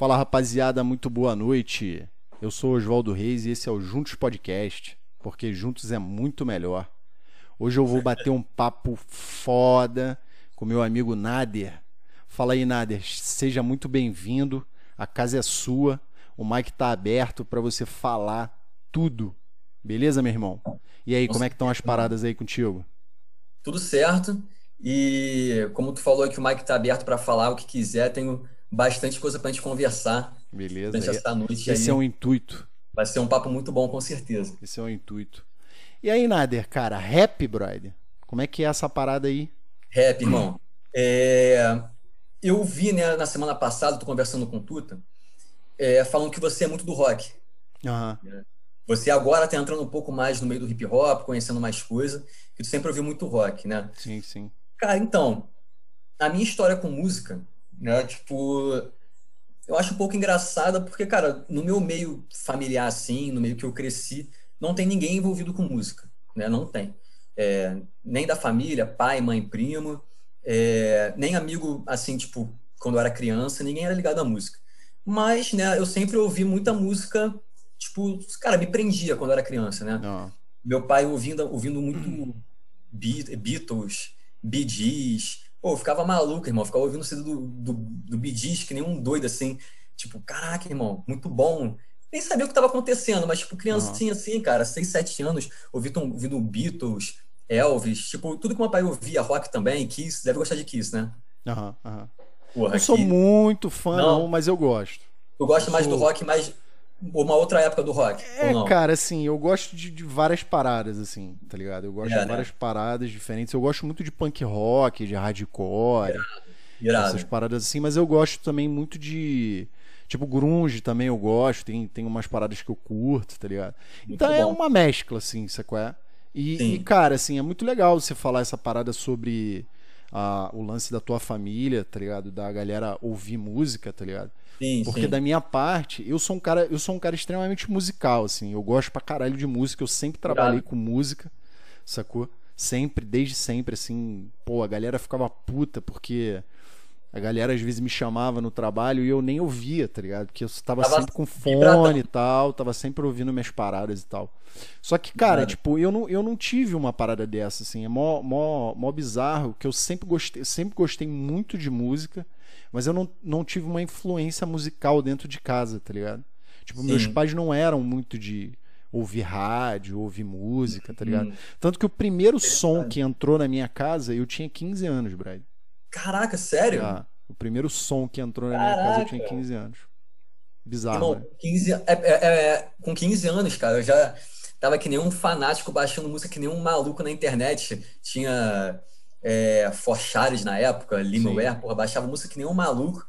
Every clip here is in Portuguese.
Fala rapaziada, muito boa noite. Eu sou Oswaldo Reis e esse é o Juntos Podcast, porque juntos é muito melhor. Hoje eu vou bater um papo foda com meu amigo Nader. Fala aí, Nader, seja muito bem-vindo. A casa é sua, o mic tá aberto para você falar tudo. Beleza, meu irmão? E aí, como é que estão as paradas aí contigo? Tudo certo. E como tu falou que o Mike tá aberto para falar o que quiser, tenho bastante coisa pra gente conversar Beleza? durante essa noite Esse é o aí. intuito. Vai ser um papo muito bom, com certeza. Esse é o intuito. E aí, Nader, cara, rap, brother? Como é que é essa parada aí? Rap, irmão. É, Eu vi, né, na semana passada, tô conversando com o Tuta, falando que você é muito do rock. Aham, Você agora tá entrando um pouco mais no meio do hip hop, conhecendo mais coisa, que tu sempre ouviu muito rock, né? sim, sim. Cara, então, a minha história com música, né, tipo, eu acho um pouco engraçada porque, cara, no meu meio familiar, assim, no meio que eu cresci, não tem ninguém envolvido com música, né? Não tem. Nem da família, pai, mãe, primo, nem amigo, assim, tipo, quando eu era criança, ninguém era ligado à música. Mas, né, eu sempre ouvi muita música, tipo, cara, me prendia quando eu era criança, né? Ó, Meu pai ouvindo muito Beatles, Bee Gees. Pô, eu ficava maluco, irmão. Eu ficava ouvindo o CD do Bee Gees que nem um doido, assim. Tipo, caraca, irmão, muito bom. Nem sabia o que estava acontecendo, mas, tipo, aham, criancinha assim, cara, 6 7 anos, ouvindo Beatles, Elvis, tipo, tudo que meu pai ouvia, rock também, Kiss, deve gostar de Kiss, né? aham, aham. Não Porra, sou aqui. muito fã, não, Não, mas eu gosto. eu Eu gosto mais do sou. rock, mais uma outra época do rock, ou não? Cara, assim, eu gosto de várias paradas, assim, tá ligado? Eu gosto de É, né? várias paradas diferentes. Eu gosto muito de punk rock, de hardcore, essas Irado. paradas assim, mas eu gosto também muito de. Tipo, grunge também eu gosto, tem umas paradas que eu curto, tá ligado? Então Muito é bom. uma mescla, assim, sacou? Sim, Cara, assim, é muito legal você falar essa parada sobre o lance da tua família, tá ligado? Da galera ouvir música, tá ligado? sim, Porque da sim. minha parte, eu sou um cara extremamente musical, assim. Eu gosto pra caralho de música, eu sempre trabalhei Irado. com música, sacou? Sempre, desde sempre, assim, pô, a galera ficava puta porque a galera às vezes me chamava no trabalho e eu nem ouvia, tá ligado? Porque eu tava Tava sempre com fone e vibradão. tal, tava sempre ouvindo minhas paradas e tal. Só que, cara, Irado. tipo, eu não tive uma parada dessa, assim, é mó bizarro, que eu sempre gostei muito de música, mas eu não tive uma influência musical dentro de casa, tá ligado? Tipo, meus Sim. pais não eram muito de ouvir rádio, ouvir música, tá ligado? Hum, Tanto que o primeiro som que interessante. entrou na minha casa, eu tinha 15 anos, Brad. Caraca, sério? O primeiro som que entrou na minha casa eu tinha Caraca. 15 anos. Bizarro, Irmão, né? 15 anos, cara, eu já tava que nem um fanático baixando música, que nem um maluco na internet. Tinha Forshares na época, Sim. Limeware, porra, baixava música que nem um maluco.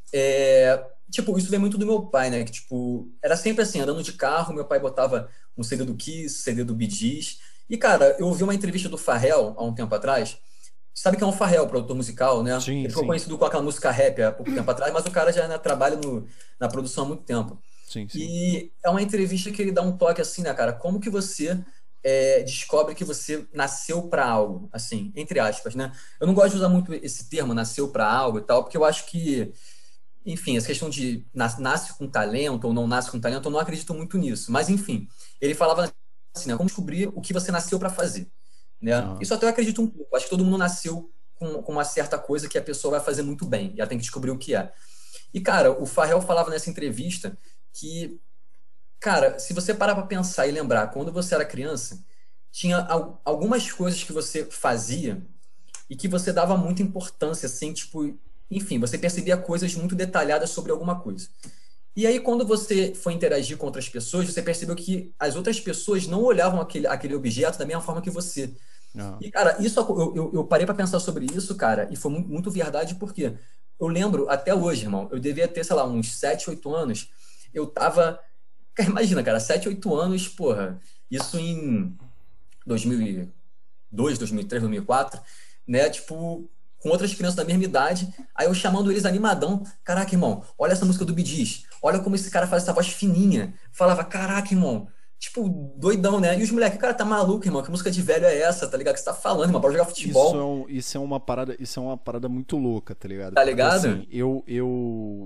Tipo, isso vem muito do meu pai, né? Que, tipo, era sempre assim, andando de carro, meu pai botava um CD do Kiss, CD do Bee Gees. E, cara, eu ouvi uma entrevista do Pharrell há um tempo atrás. Sabe que é um Pharrell, produtor musical, né? Sim, Ele ficou sim. conhecido com aquela música rap há pouco tempo atrás, mas o cara já, né, trabalha na produção há muito tempo. Sim, sim. E é uma entrevista que ele dá um toque assim, né, cara? Como que você descobre que você nasceu para algo, assim, entre aspas, né? Eu não gosto de usar muito esse termo, nasceu para algo e tal, porque eu acho que, enfim, essa questão de nasce com talento ou não nasce com talento, eu não acredito muito nisso. Mas, enfim, ele falava assim, né? Como descobrir o que você nasceu para fazer, né? Aham. Isso até eu acredito um pouco. Acho que todo mundo nasceu com uma certa coisa que a pessoa vai fazer muito bem, e ela tem que descobrir o que é. E, cara, o Pharrell falava nessa entrevista que, cara, se você parar para pensar e lembrar, quando você era criança, tinha algumas coisas que você fazia e que você dava muita importância, assim, tipo, enfim, você percebia coisas muito detalhadas sobre alguma coisa. E aí, quando você foi interagir com outras pessoas, você percebeu que as outras pessoas não olhavam aquele objeto da mesma forma que você. Aham. E, cara, eu parei para pensar sobre isso, cara, e foi muito, muito verdade, porque eu lembro até hoje, irmão, eu devia ter, sei lá, uns 7 8 anos, eu tava. Cara, imagina, cara, 7 8 anos, porra, isso em 2002, 2003, 2004, né? Tipo, com outras crianças da mesma idade, aí eu chamando eles animadão. Caraca, irmão, olha essa música do Bee Gees. Olha como esse cara faz essa voz fininha. Falava, caraca, irmão. Tipo, doidão, né? E os moleques, cara, tá maluco, irmão. Que música de velho é essa, tá ligado? Que você tá falando, irmão? Bora jogar Isso é, futebol, um, isso é uma parada muito louca, tá ligado? tá Porque ligado? assim, eu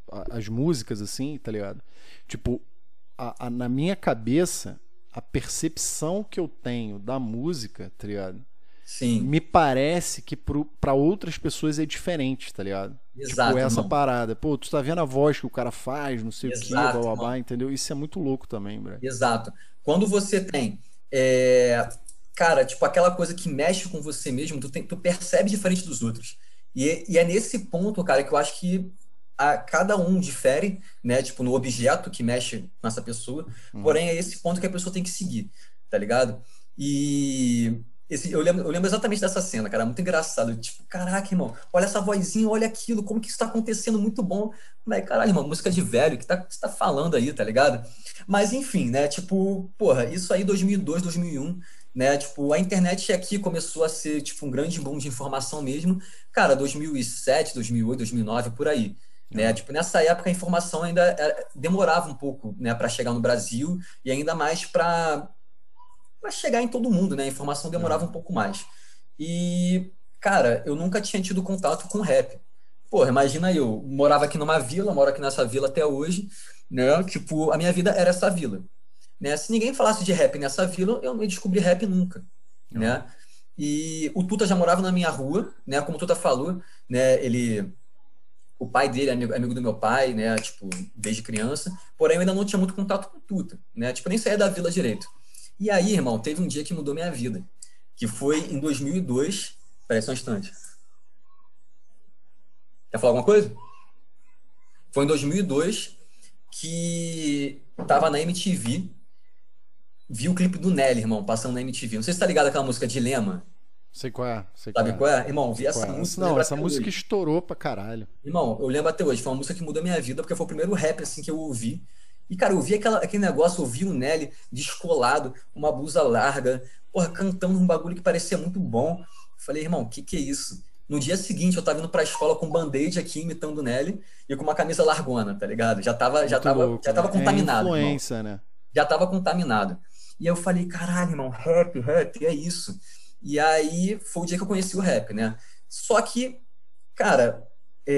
as músicas, assim, tá ligado? Tipo, na minha cabeça, a percepção que eu tenho da música, tá ligado? Sim, Me parece que pra outras pessoas é diferente, tá ligado? Tipo, exato, essa irmão. parada. Pô, tu tá vendo a voz que o cara faz, não sei o que, Exato, bababá, irmão. entendeu? Isso é muito louco também, bro. Exato. Quando você tem, é, cara, tipo, aquela coisa que mexe com você mesmo, tu percebe diferente dos outros. E é nesse ponto, cara, que eu acho que cada um difere, né? Tipo, no objeto que mexe com essa pessoa. Uhum. Porém, é esse ponto que a pessoa tem que seguir, tá ligado? E eu lembro exatamente dessa cena, cara, muito engraçado. Tipo, caraca, irmão, olha essa vozinha, olha aquilo, como que isso tá acontecendo muito bom. Mas, caralho, irmão, música de velho, que você tá falando aí, tá ligado? Mas enfim, né? Tipo, porra, isso aí 2002, 2001, né? Tipo, a internet aqui começou a ser tipo um grande boom de informação mesmo. Cara, 2007, 2008, 2009, por aí, né? Aham. Tipo, nessa época a informação ainda demorava um pouco, né, para chegar no Brasil e ainda mais para chegar em todo mundo, né? A informação demorava Aham. um pouco mais. E, cara, eu nunca tinha tido contato com rap. Porra, imagina eu, morava aqui numa vila, moro aqui nessa vila até hoje, né? Tipo, a minha vida era essa vila, né? Se ninguém falasse de rap nessa vila, eu não ia descobrir rap nunca, Aham. né? E o Tuta já morava na minha rua, né? Como o Tuta falou, né? O pai dele é amigo do meu pai, né? Tipo, desde criança. Porém, eu ainda não tinha muito contato com o Tuta, né? Tipo, eu nem saía da vila direito. E aí, irmão, teve um dia que mudou minha vida, que foi em 2002. Peraí, só um instante. Quer falar alguma coisa? Foi em 2002 que tava na MTV, vi o clipe do Nelly, irmão, passando na MTV. Não sei se tá ligado aquela música Dilema. Sei qual é, sei qual Sabe é, qual é? Irmão, vi sei essa qual é. música, eu Não, lembro essa até música hoje. estourou pra caralho. Irmão, eu lembro até hoje. Foi uma música que mudou minha vida, porque foi o primeiro rap, assim, que eu ouvi. E, cara, eu vi aquele negócio, eu vi o Nelly descolado, uma blusa larga, porra, cantando um bagulho que parecia muito bom. Falei, irmão, o que é isso? No dia seguinte, eu tava indo pra escola com um band-aid aqui, imitando o Nelly, e com uma camisa largona, tá ligado? Já tava, já Muito tava, louco, já né? tava É contaminado, irmão. influência, né? Já tava contaminado. E aí eu falei, caralho, irmão, rap, é isso. E aí foi o dia que eu conheci o rap, né? Só que, cara,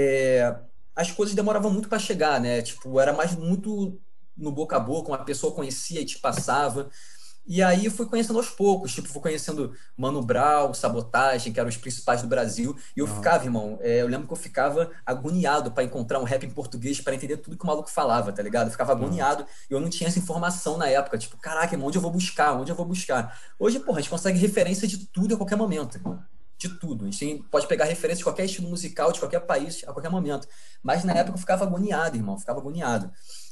as coisas demoravam muito para chegar, né? Tipo, era mais muito no boca a boca, uma pessoa conhecia e te passava. E aí eu fui conhecendo aos poucos, tipo, fui conhecendo Mano Brown, Sabotagem, que eram os principais do Brasil, e eu Aham. ficava, irmão, eu lembro que eu ficava agoniado para encontrar um rap em português para entender tudo que o maluco falava, tá ligado? Eu ficava Aham. agoniado, e eu não tinha essa informação na época, tipo, caraca, irmão, onde eu vou buscar? Onde eu vou buscar? Hoje, porra, a gente consegue referência de tudo a qualquer momento, irmão. De tudo. A gente pode pegar referência de qualquer estilo musical, de qualquer país, a qualquer momento. Mas na época eu ficava agoniado, irmão, eu ficava agoniado.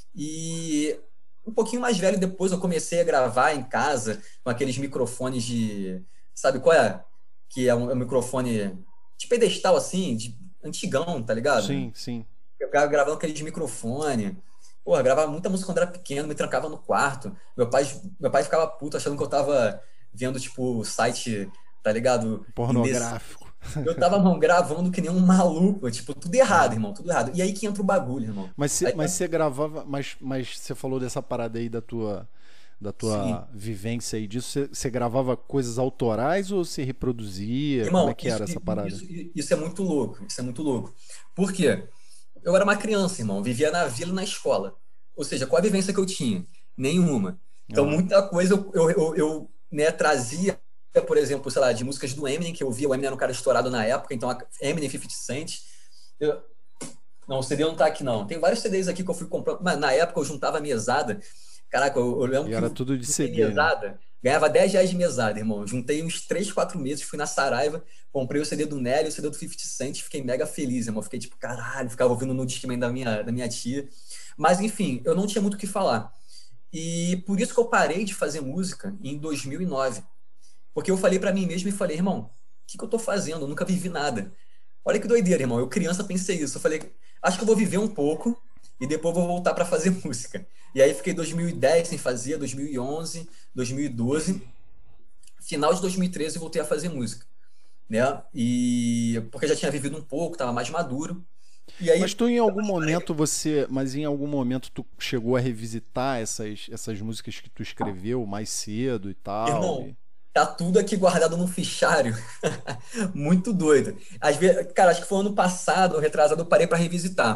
E um pouquinho mais velho depois eu comecei a gravar em casa com aqueles microfones de. Sabe qual é? Que é um microfone de pedestal assim, de antigão, tá ligado? Sim, sim. Eu ficava gravando aqueles microfone. Porra, gravava muita música quando era pequeno, me trancava no quarto. Meu pai ficava puto achando que eu tava vendo, tipo, site, tá ligado? Pornográfico. Eu tava, mano, gravando que nem um maluco, tipo, tudo errado, Aham. irmão, tudo errado. E aí que entra o bagulho, irmão. Mas você gravava, mas você falou dessa parada aí da Sim. tua vivência aí disso. Você gravava coisas autorais ou você reproduzia? Como é Irmão, que isso, era essa parada? isso, isso é muito louco, isso é muito louco. Por quê? Eu era uma criança, irmão, vivia na vila e na escola. Ou seja, qual a vivência que eu tinha? Nenhuma. Então, Aham. muita coisa né, trazia, por exemplo, sei lá, de músicas do Eminem, que eu via, o Eminem era um cara estourado na época, então Eminem, 50 Cent. Eu, não, o CD não tá aqui, não. Tem vários CDs aqui que eu fui comprando, mas na época eu juntava mesada. Caraca, eu lembro E que era eu tudo de juntei CD, né? mesada, ganhava R$ 10 de mesada, irmão. Juntei uns 3, 4 meses, fui na Saraiva, comprei o CD do Nelly, o CD do 50 Cent, fiquei mega feliz, irmão. Fiquei tipo, caralho, ficava ouvindo no Discman da minha tia. Mas enfim, eu não tinha muito o que falar. E por isso que eu parei de fazer música em 2009. Porque eu falei pra mim mesmo e falei, irmão, o que eu tô fazendo? Eu nunca vivi nada. Olha que doideira, irmão. Eu criança pensei isso. Eu falei, acho que eu vou viver um pouco e depois vou voltar para fazer música. E aí fiquei 2010 sem fazer, 2011, 2012. Final de 2013 voltei a fazer música, né? E porque já tinha vivido um pouco, tava mais maduro. E Mas aí, tu em algum momento mas em algum momento tu chegou a revisitar essas músicas que tu escreveu mais cedo e tal? irmão, tá tudo aqui guardado num fichário. Muito doido. Às vezes, cara, acho que foi ano passado, retrasado, eu parei para revisitar.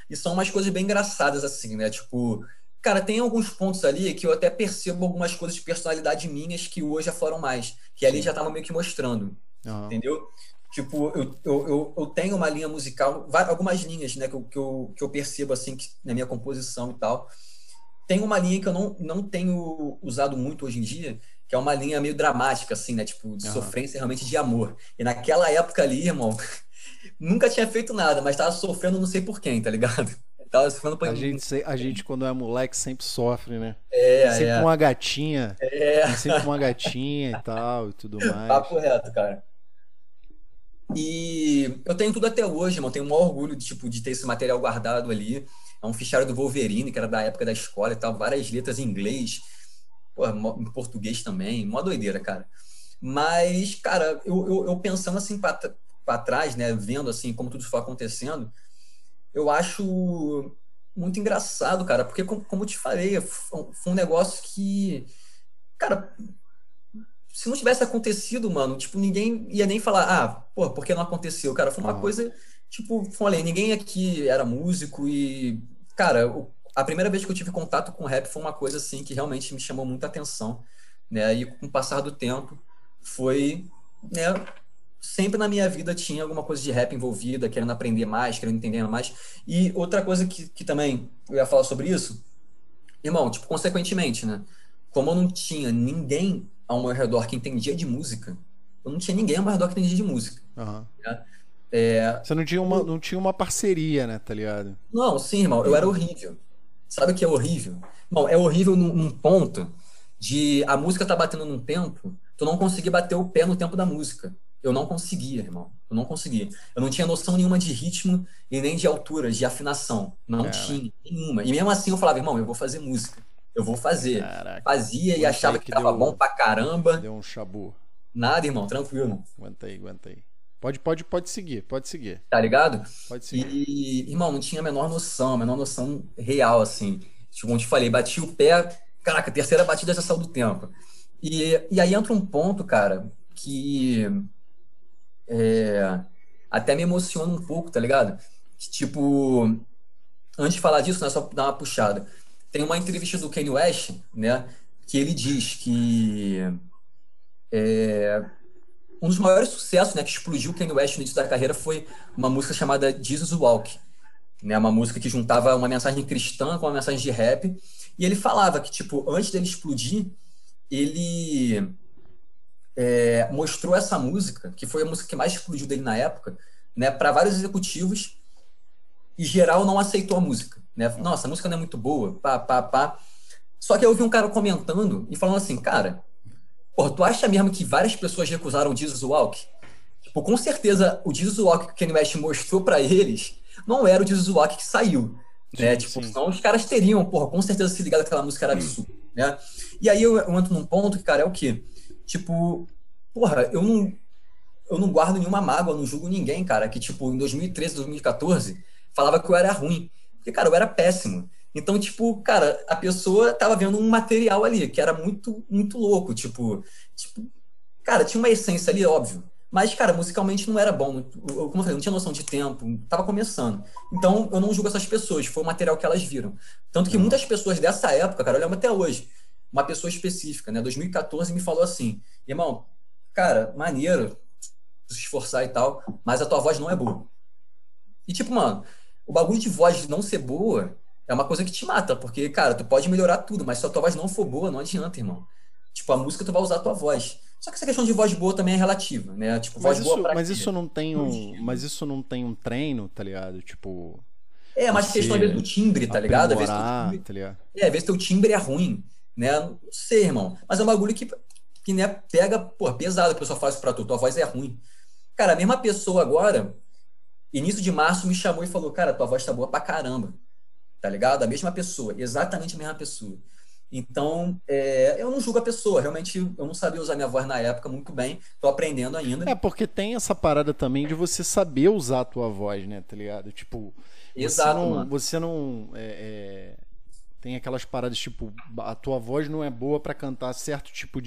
E são umas coisas bem engraçadas, assim, né? Tipo, cara, tem alguns pontos ali que eu até percebo algumas coisas de personalidade minhas que hoje afloram mais, que ali já Sim. estavam meio que mostrando, Aham. entendeu? Tipo, eu tenho uma linha musical, algumas linhas, né, que eu percebo, assim, que, na minha composição e tal. Tem uma linha que eu não tenho usado muito hoje em dia, que é uma linha meio dramática, assim, né? Tipo, de Aham. sofrência realmente de amor. E naquela época ali, irmão, nunca tinha feito nada, mas tava sofrendo não sei por quem, tá ligado? Tava sofrendo por... A gente, quando é moleque, sempre sofre, né? Tem sempre É, uma gatinha. é, Tem sempre uma gatinha e tal e tudo mais. papo reto, cara. E eu tenho tudo até hoje, irmão. Tenho o maior orgulho de, tipo, de ter esse material guardado ali. É um fichário do Wolverine, que era da época da escola e tal. Várias letras em inglês, pô, em português também. Mó doideira, cara. Mas, cara, eu pensando assim para trás, né? Vendo assim como tudo foi acontecendo, eu acho muito engraçado, cara. Porque, como eu te falei, foi um negócio que, cara, se não tivesse acontecido, mano, tipo, ninguém ia nem falar, ah, pô, por que não aconteceu? Cara, foi uma Aham. coisa, tipo, falei, ninguém aqui era músico e, cara, a primeira vez que eu tive contato com rap foi uma coisa, assim, que realmente me chamou muita atenção, né? E com o passar do tempo foi, né, sempre na minha vida tinha alguma coisa de rap envolvida, querendo aprender mais, querendo entender mais. E outra coisa que também eu ia falar sobre isso, irmão, tipo, consequentemente, né? Como eu não tinha ninguém ao meu redor que entendia de música, eu não tinha ninguém ao meu redor que entendia de música, Aham. né? É, Você não tinha uma parceria, né? Tá ligado? não, sim, irmão, eu era horrível. Sabe o que é horrível? Irmão, é horrível num ponto de a música tá batendo num tempo, tu não conseguir bater o pé no tempo da música. Eu não conseguia, irmão. Eu não conseguia. Eu não tinha noção nenhuma de ritmo e nem de altura, de afinação. Não Cara, tinha nenhuma. E mesmo assim eu falava, irmão, eu vou fazer música. Eu vou fazer. caraca. Fazia e Aguenta aí achava que tava bom pra que caramba. deu um chabu. Nada, irmão, tranquilo. Aguenta aí, aguenta aí. Pode seguir, pode seguir. Tá ligado? Pode seguir. E, irmão, não tinha a menor noção real, assim. Tipo, como eu te falei, bati o pé, caraca, terceira batida já saiu do tempo. E aí entra um ponto, cara, que é, até me emociona um pouco, tá ligado? Que, tipo, antes de falar disso, né, só dar uma puxada. Tem uma entrevista do Kanye West, né, que ele diz que um dos maiores sucessos, né, que explodiu o Kanye West no início da carreira foi uma música chamada Jesus Walk, né, uma música que juntava uma mensagem cristã com uma mensagem de rap. E ele falava que, tipo, antes dele explodir, ele mostrou essa música, que foi a música que mais explodiu dele na época, né, para vários executivos, e geral não aceitou a música, né? Nossa, a música não é muito boa, pá, pá, pá. Só que eu vi um cara comentando e falando assim, cara, pô, tu acha mesmo que várias pessoas recusaram o Jesus Walk? Tipo, com certeza o Jesus Walk que o Kanye West mostrou para eles não era o Jesus Walk que saiu, né? Sim, Tipo, sim. senão os caras teriam, porra, com certeza se ligado que aquela música era absurda, né? E aí eu entro num ponto que, cara, é o quê? Tipo, porra, eu não guardo nenhuma mágoa, não julgo ninguém, cara, que, tipo, em 2013, 2014, falava que eu era ruim. Porque, cara, eu era péssimo. Então, tipo, cara, a pessoa tava vendo um material ali que era muito, muito louco. Tipo, cara, tinha uma essência ali, óbvio. Mas, cara, musicalmente não era bom. Como eu falei, não tinha noção de tempo, tava começando. Então, eu não julgo essas pessoas, foi o material que elas viram. Tanto que Aham. muitas pessoas dessa época, cara, eu lembro até hoje, uma pessoa específica, né, 2014, me falou assim: irmão, cara, maneiro, se esforçar e tal, mas a tua voz não é boa. E tipo, mano, o bagulho de voz não ser boa é uma coisa que te mata, porque, cara, tu pode melhorar tudo, mas se a tua voz não for boa, não adianta, irmão. Tipo, a música tu vai usar a tua voz. Só que essa questão de voz boa também é relativa, né? Tipo, voz boa pra Mas quê? isso não tem Pro um, mas estilo. isso não tem um treino, tá ligado? Tipo, É, mas questão às vezes você do timbre, tá ligado? Às vezes teu aprimorar, timbre, tá ligado? às vezes teu timbre é ruim, né? Não sei, irmão. Mas é um bagulho que né, pega, pô, pesado, a pessoa fala isso pra tu, tua voz é ruim. Cara, a mesma pessoa agora, início de março, me chamou e falou, cara, tua voz tá boa pra caramba. Tá ligado? A mesma pessoa, exatamente a mesma pessoa. Então, eu não julgo a pessoa, realmente eu não sabia usar minha voz na época muito bem, tô aprendendo ainda. É, porque tem essa parada também de você saber usar a tua voz, né, tá ligado? Tipo, Exato, mano. você não tem aquelas paradas tipo, a tua voz não é boa pra cantar certo tipo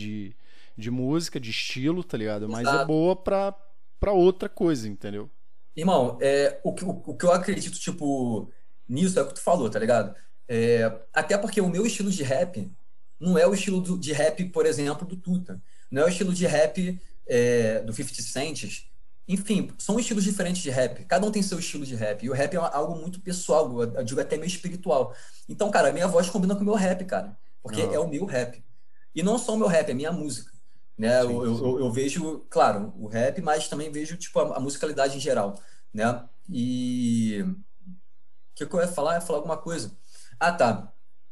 de música, de estilo, tá ligado? Mas é Exato. boa pra outra coisa, entendeu? Irmão, o que eu acredito, tipo, nisso é o que tu falou, tá ligado? Até porque o meu estilo de rap não é o estilo de rap, por exemplo, do Tuta. Não é o estilo de rap do 50 Cent. Enfim, são estilos diferentes de rap. Cada um tem seu estilo de rap. E o rap é algo muito pessoal, eu digo até meio espiritual. Então, cara, a minha voz combina com o meu rap, cara. Porque é Aham. o meu rap. E não só o meu rap, é a minha música. Né? Sim, sim. Eu vejo, claro, o rap, mas também vejo tipo, a musicalidade em geral. Né? E o que eu ia falar? Eu ia falar alguma coisa. Ah, tá.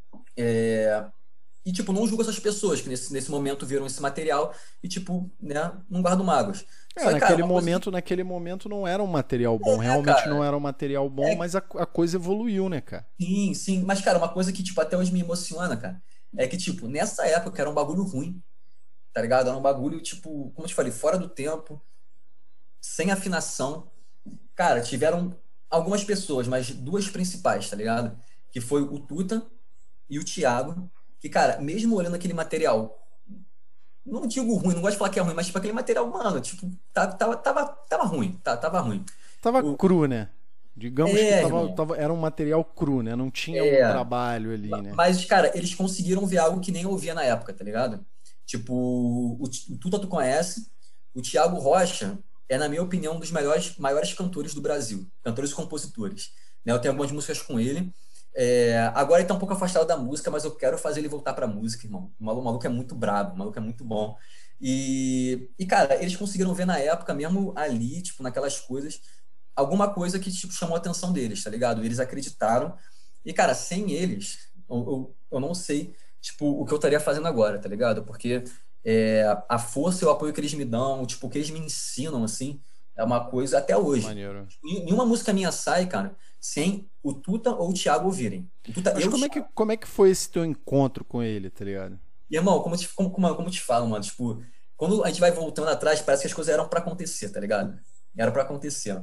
E, tipo, não julgo essas pessoas que nesse momento viram esse material e, tipo, né, não guardo mágoas. É, Só que, cara, uma coisa que. naquele momento não era um material bom, realmente não Cara, era um material bom, é mas a coisa evoluiu, né, cara? sim, sim. Mas, cara, uma coisa que, tipo, até hoje me emociona, cara, é que, tipo, nessa época era um bagulho ruim, tá ligado? Era um bagulho, tipo, como eu te falei, fora do tempo, sem afinação. Cara, tiveram algumas pessoas, mas duas principais, tá ligado? Que foi o Tuta e o Thiago, que, cara, mesmo olhando aquele material, não digo ruim, não gosto de falar que é ruim, mas tipo aquele material, mano, tipo, tava ruim, tava ruim. Tava O, cru, né? Digamos que irmão, era um material cru, né? Não tinha um é. trabalho ali, né? Mas, cara, eles conseguiram ver algo que nem eu ouvia na época, tá ligado? Tipo, o Tuta tu conhece, o Thiago Rocha é, na minha opinião, um dos maiores cantores do Brasil, cantores e compositores. Né? Eu tenho algumas músicas com ele. Agora ele tá um pouco afastado da música, mas eu quero fazer ele voltar pra música, irmão. O maluco é muito brabo, o maluco é muito bom. Cara, eles conseguiram ver na época, mesmo ali, tipo, naquelas coisas, alguma coisa que, tipo, chamou a atenção deles, tá ligado? Eles acreditaram. E, cara, sem eles, eu não sei, tipo, o que eu estaria fazendo agora, tá ligado? Porque a força e o apoio que eles me dão, tipo, o que eles me ensinam, assim, é uma coisa até hoje. Maneiro. Nenhuma música minha sai, cara, sem o Tuta ou o Thiago ouvirem. O Tuta e Mas o Thiago. como é que foi esse teu encontro com ele, tá ligado? E, irmão, como te falo, mano, tipo, quando a gente vai voltando atrás, parece que as coisas eram pra acontecer, tá ligado? Era pra acontecer.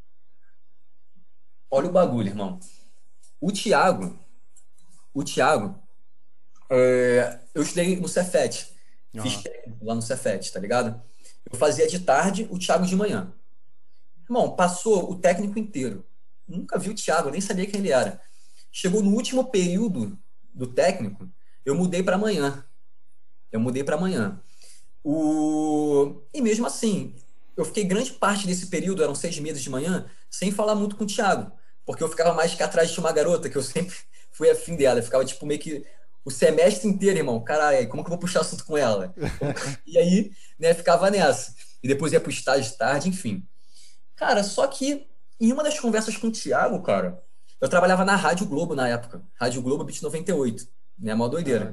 Olha o bagulho, irmão. O Thiago, o Thiago, eu estudei no Cefet. Fiz Aham. técnico lá no Cefet, tá ligado? Eu fazia de tarde, o Thiago de manhã. Irmão, passou o técnico inteiro. Nunca vi o Thiago, nem sabia quem ele era. Chegou no último período do técnico, eu mudei para amanhã. Eu mudei para amanhã. E mesmo assim, eu fiquei grande parte desse período, eram 6 meses de manhã, sem falar muito com o Thiago. Porque eu ficava mais que atrás de uma garota, que eu sempre fui afim dela. Eu ficava, tipo, meio que o semestre inteiro, irmão. Caralho, como que eu vou puxar assunto com ela? E aí, né, ficava nessa. E depois ia pro estágio de tarde, enfim. Cara, só que em uma das conversas com o Thiago, cara, eu trabalhava na Rádio Globo na época. Rádio Globo Beat 98, né? Mó Aham. doideira.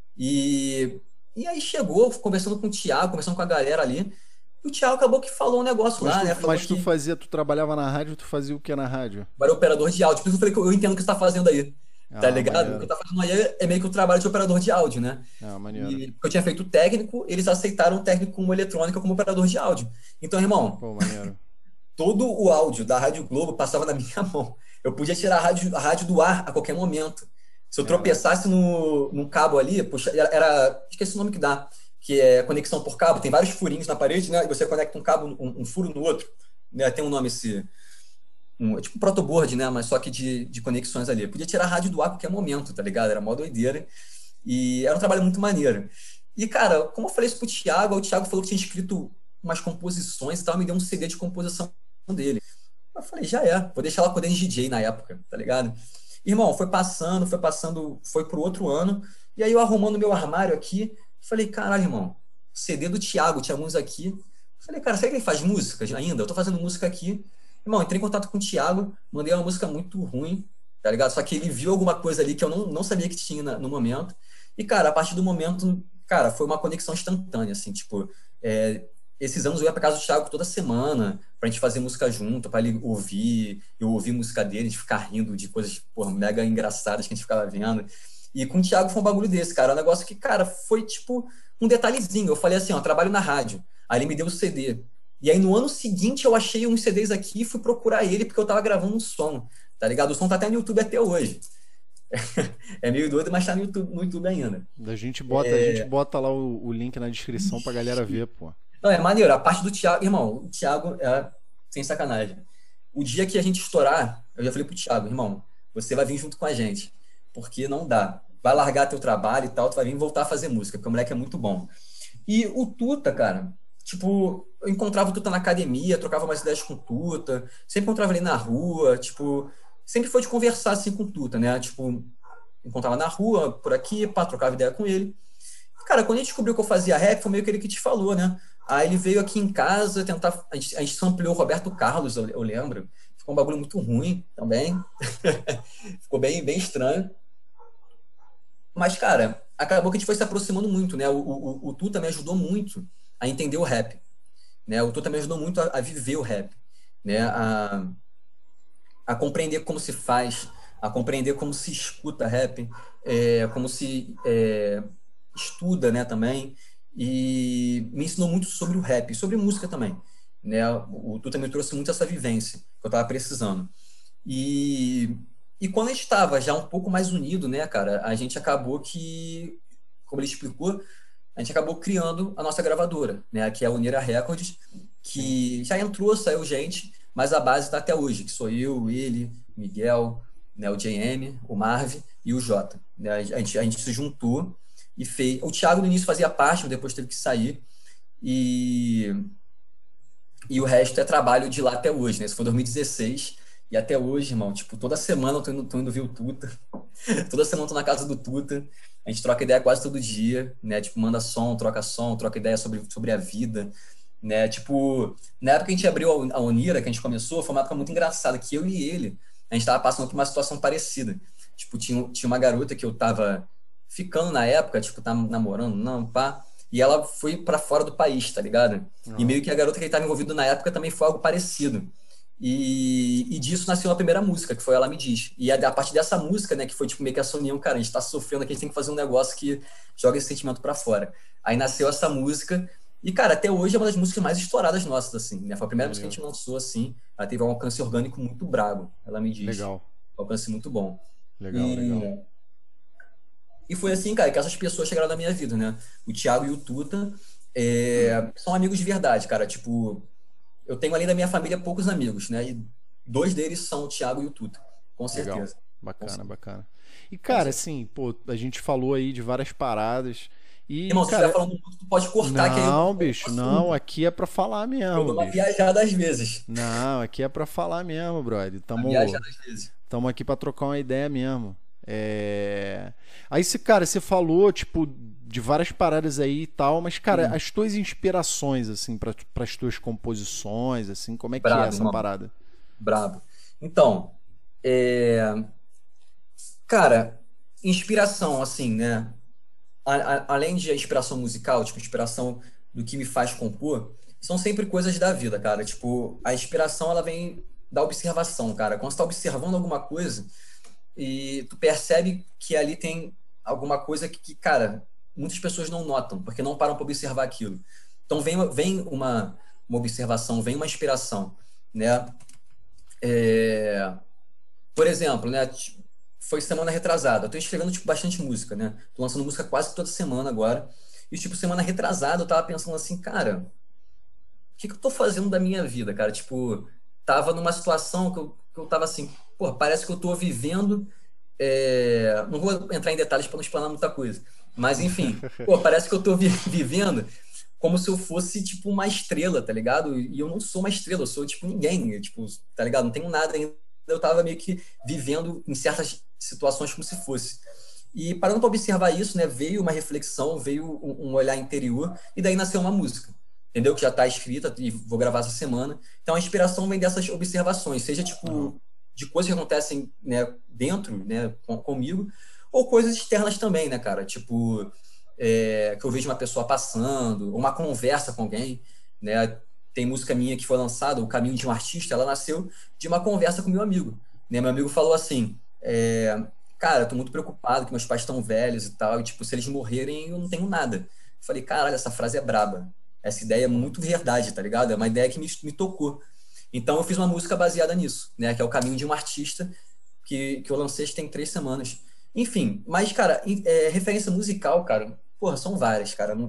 E, e aí chegou, conversando com o Thiago, conversando com a galera ali. E o Thiago acabou que falou um negócio lá, né? Falou que Tu trabalhava na rádio, tu fazia o que na rádio? agora é operador de áudio. Por isso eu falei que eu entendo o que você tá fazendo aí. Tá Ah, ligado? O que maneiro. tá fazendo aí é meio que o trabalho de operador de áudio, né? Ah, maneiro. E porque eu tinha feito técnico, eles aceitaram o técnico como eletrônica como operador de áudio. Então, irmão, Pô, maneiro. todo o áudio da Rádio Globo passava na minha mão. Eu podia tirar a rádio do ar a qualquer momento. Se eu Caraca. tropeçasse num cabo ali, puxa, esqueci o nome que dá, que é conexão por cabo, tem vários furinhos na parede, né? E você conecta um cabo, um furo no outro. Né? Tem um nome esse. É tipo um protoboard, né? Mas só que de conexões ali. Eu podia tirar a rádio do ar a qualquer momento, tá ligado? Era mó doideira. E era um trabalho muito maneiro. E, cara, como eu falei isso pro Thiago, o Thiago falou que tinha escrito umas composições e tal, me deu um CD de composição dele. Eu falei, já é, vou deixar ela com o Dennis DJ na época, tá ligado? Irmão, foi passando, foi pro outro ano, e aí eu arrumando meu armário aqui, falei, caralho, irmão, CD do Thiago, tinha alguns aqui. Falei, cara, será que ele faz música ainda? Eu tô fazendo música aqui. Irmão, entrei em contato com o Thiago, mandei uma música muito ruim, tá ligado? Só que ele viu alguma coisa ali que eu não sabia que tinha no momento. E, cara, a partir do momento, cara, foi uma conexão instantânea, assim, tipo, esses anos eu ia pra casa do Thiago toda semana pra gente fazer música junto, pra ele ouvir, eu ouvir música dele, a gente ficar rindo de coisas, porra, mega engraçadas que a gente ficava vendo. E com o Thiago foi um bagulho desse, cara, um negócio que, cara, foi tipo um detalhezinho. Eu falei assim, ó, trabalho na rádio. Aí ele me deu o CD. E aí no ano seguinte eu achei uns CDs aqui e fui procurar ele porque eu tava gravando um som, tá ligado? O som tá até no YouTube até hoje. É meio doido, mas tá no YouTube ainda. A gente bota lá o link na descrição pra galera ver, pô. Não, é maneiro. A parte do Thiago, irmão, o Thiago é sem sacanagem. o dia que a gente estourar, eu já falei pro Thiago, irmão, você vai vir junto com a gente, porque não dá. Vai largar teu trabalho e tal, tu vai vir voltar a fazer música, porque o moleque é muito bom. E o Tuta, cara, tipo, eu encontrava o Tuta na academia, trocava umas ideias com o Tuta, sempre encontrava ele na rua, tipo, sempre foi de conversar assim com o Tuta, né? Tipo, encontrava na rua, por aqui, pá, trocava ideia com ele. Cara, quando a gente descobriu que eu fazia rap, foi meio que ele que te falou, né? Aí ele veio aqui em casa tentar. A gente sampleou o Roberto Carlos, eu lembro. Ficou um bagulho muito ruim também. Ficou bem, bem estranho. Mas, cara, acabou que a gente foi se aproximando muito, né? O Tuta me ajudou muito a entender o rap, né? O Tuta me ajudou muito a viver o rap, né? A compreender como se faz, a compreender como se escuta rap, como se estuda, né, também, e me ensinou muito sobre o rap, sobre música também, né? O Tuta me trouxe muito essa vivência que eu estava precisando. E, e quando a gente estava já um pouco mais unido, né, cara, a gente acabou que, como ele explicou, a gente acabou criando a nossa gravadora, né, que é a Unira Records, Sim. que já entrou, saiu gente, mas a base está até hoje, que sou eu, ele, Miguel, né, o JM, o Marv e o Jota. Né? A gente se juntou e fez. O Thiago no início fazia parte, mas depois teve que sair. E, e o resto é trabalho de lá até hoje, né? Isso foi 2016. E até hoje, irmão, tipo, toda semana eu tô indo ver o Tuta. Toda semana eu tô na casa do Tuta. A gente troca ideia quase todo dia, né? Tipo, manda som, troca ideia sobre a vida, né? Tipo, na época que a gente abriu a Unira, que a gente começou, foi uma época muito engraçada, que eu e ele, a gente tava passando por uma situação parecida. Tipo, tinha uma garota que eu tava ficando na época, tipo, tava namorando, não, pá, e ela foi pra fora do país, tá ligado? E Aham. meio que a garota que ele tava envolvido na época também foi algo parecido. E disso nasceu a primeira música, que foi Ela Me Diz. E a partir dessa música, né, que foi tipo meio que essa união, cara, a gente tá sofrendo aqui, a gente tem que fazer um negócio que joga esse sentimento pra fora. Aí nasceu essa música, e cara, até hoje é uma das músicas mais estouradas nossas, assim, né? Foi a primeira música que a Maneiro. gente lançou, assim, ela teve um alcance orgânico muito brabo, Ela Me Diz. Legal. Um alcance muito bom. Legal, legal. E, e foi assim, cara, que essas pessoas chegaram na minha vida, né? O Thiago e o Tuta são amigos de verdade, cara. Tipo, eu tenho além da minha família poucos amigos, né? E dois deles são o Thiago e o Tuta, com Legal. certeza. Com, Bacana, bacana. E, com cara, certeza. assim, pô, a gente falou aí de várias paradas. E, Irmão, se estiver cara, falando muito, tu pode cortar, que aí não, eu bicho, não, assumo. aqui é pra falar Eu mesmo, dou uma bicho. viajada às vezes. Não, aqui é pra falar mesmo, brother. Uma viajada às vezes. Tamo aqui pra trocar uma ideia mesmo. É... Aí, cara, você falou, tipo, de várias paradas aí e tal, mas, cara, Hum, as tuas inspirações, assim, pras tuas composições, assim, como é que é brabo, essa irmão. parada? Brabo. Então, cara, inspiração, assim, né? Além de inspiração musical, tipo, inspiração do que me faz compor, são sempre coisas da vida, cara. Tipo, a inspiração, ela vem da observação, cara. Quando você tá observando alguma coisa e tu percebe que ali tem alguma coisa que, cara, muitas pessoas não notam, porque não param para observar aquilo. Então, vem uma observação, vem uma inspiração, né? Por exemplo, né? Foi semana retrasada. Eu tô escrevendo, tipo, bastante música, né? Tô lançando música quase toda semana agora. E, tipo, semana retrasada eu tava pensando assim, cara, que eu tô fazendo da minha vida, cara? Tipo, tava numa situação que eu tava assim, pô, parece que eu tô vivendo. Não vou entrar em detalhes para não explanar muita coisa. Mas, enfim, pô, parece que eu tô vivendo como se eu fosse, tipo, uma estrela, tá ligado? E eu não sou uma estrela, eu sou, tipo, ninguém, tipo, tá ligado? Não tenho nada ainda. Eu tava meio que vivendo em certas situações como se fosse. E parando para observar isso, né, veio uma reflexão, veio um olhar interior, e daí nasceu uma música, entendeu? Que já está escrita e vou gravar essa semana. Então a inspiração vem dessas observações, seja Aham. tipo de coisas que acontecem, né, dentro, né, comigo, ou coisas externas também, né, cara? Tipo, que eu vejo uma pessoa passando, ou uma conversa com alguém, né? Tem música minha que foi lançada, O Caminho de um Artista, ela nasceu de uma conversa com meu amigo, né? Meu amigo falou assim, cara, eu tô muito preocupado que meus pais estão velhos e tal, e tipo, se eles morrerem, eu não tenho nada. Eu falei, caralho, essa frase é braba. Essa ideia é muito verdade, tá ligado? É uma ideia que me tocou. Então eu fiz uma música baseada nisso, né? Que é O Caminho de um Artista, que eu lancei acho que tem 3 semanas. Enfim, mas, cara, referência musical, cara, porra, são várias, cara.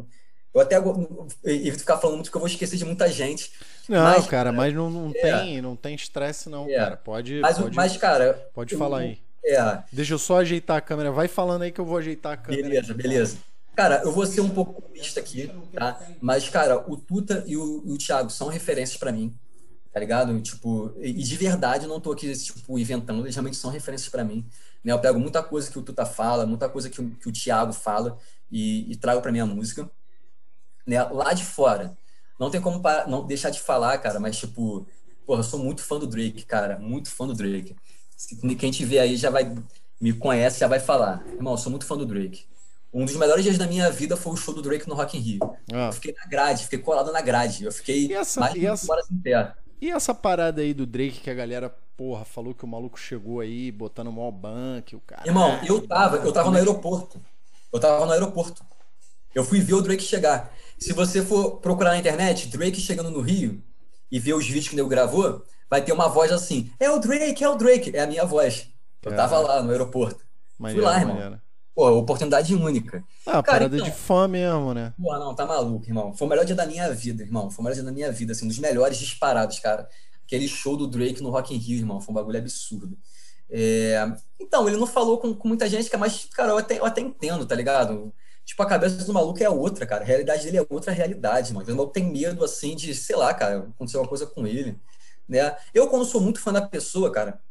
Eu até evito ficar falando muito que eu vou esquecer de muita gente. Não, Mas, cara, mas não é, tem, não tem estresse não, cara. é. Mas cara, Pode falar aí. é, Deixa eu só ajeitar a câmera. Vai falando aí que eu vou ajeitar a câmera beleza, aqui, cara. beleza. Cara, eu vou ser um pouco clubista aqui, tá? Mas, cara, o Tuta e o Thiago são referências pra mim, tá ligado? Tipo, e de verdade eu não tô aqui, tipo, inventando, eles realmente são referências pra mim, né? Eu pego muita coisa que o Tuta fala, muita coisa que o Thiago fala e trago pra minha música, né? Lá de fora, não tem como não deixar de falar, cara, mas, tipo, porra, eu sou muito fã do Drake, cara, muito fã do Drake. Quem te vê aí já vai, me conhece, já vai falar. Irmão, eu sou muito fã do Drake. Um dos melhores dias da minha vida foi o show do Drake no Rock in Rio. Eu Ah. fiquei na grade, fiquei colado na grade. Eu E fiquei essa, mais e de 8 essa, horas em pé. e essa parada aí do Drake que a galera, porra, falou que o maluco chegou aí botando o maior banco, o Irmão, caralho, eu porra, tava como no é que. aeroporto. Eu tava no aeroporto. Eu fui ver o Drake chegar. Se você for procurar na internet, Drake chegando no Rio e ver os vídeos que o nego gravou, vai ter uma voz assim: é o Drake, é o Drake. É a minha voz. Eu tava Caraca, lá no aeroporto. Fui maneiro, lá, irmão. maneiro. Pô, oportunidade única. Ah, Cara, parada de então, fã mesmo, né? porra, não, tá maluco, irmão. Foi o melhor dia da minha vida, irmão. Foi o melhor dia da minha vida, assim, um dos melhores disparados, cara. Aquele show do Drake no Rock in Rio, irmão, foi um bagulho absurdo. É, Então, ele não falou com muita gente, mas, cara, eu até entendo, tá ligado? Tipo, a cabeça do maluco é outra, cara. A realidade dele é outra realidade, mano. O maluco tem medo, assim, de, sei lá, cara, acontecer uma coisa com ele, né? Eu, quando sou muito fã da pessoa, cara,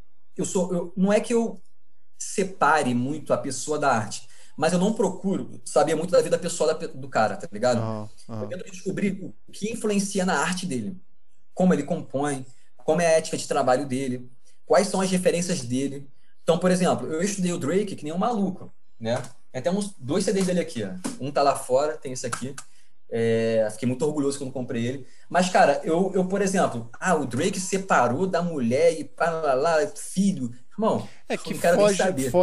não é que eu separe muito a pessoa da arte, mas eu não procuro saber muito da vida pessoal do cara, tá ligado? Aham, Eu aham. tento descobrir o que influencia na arte dele, como ele compõe, como é a ética de trabalho dele, quais são as referências dele. Então, por exemplo, eu estudei o Drake que nem um maluco, né? Tem até uns dois CDs dele aqui, ó. Um tá lá fora, tem esse aqui. Fiquei muito orgulhoso quando comprei ele. Mas, cara, por exemplo, o Drake separou da mulher e para lá, filho. Irmão, É que não quero nem foge, saber,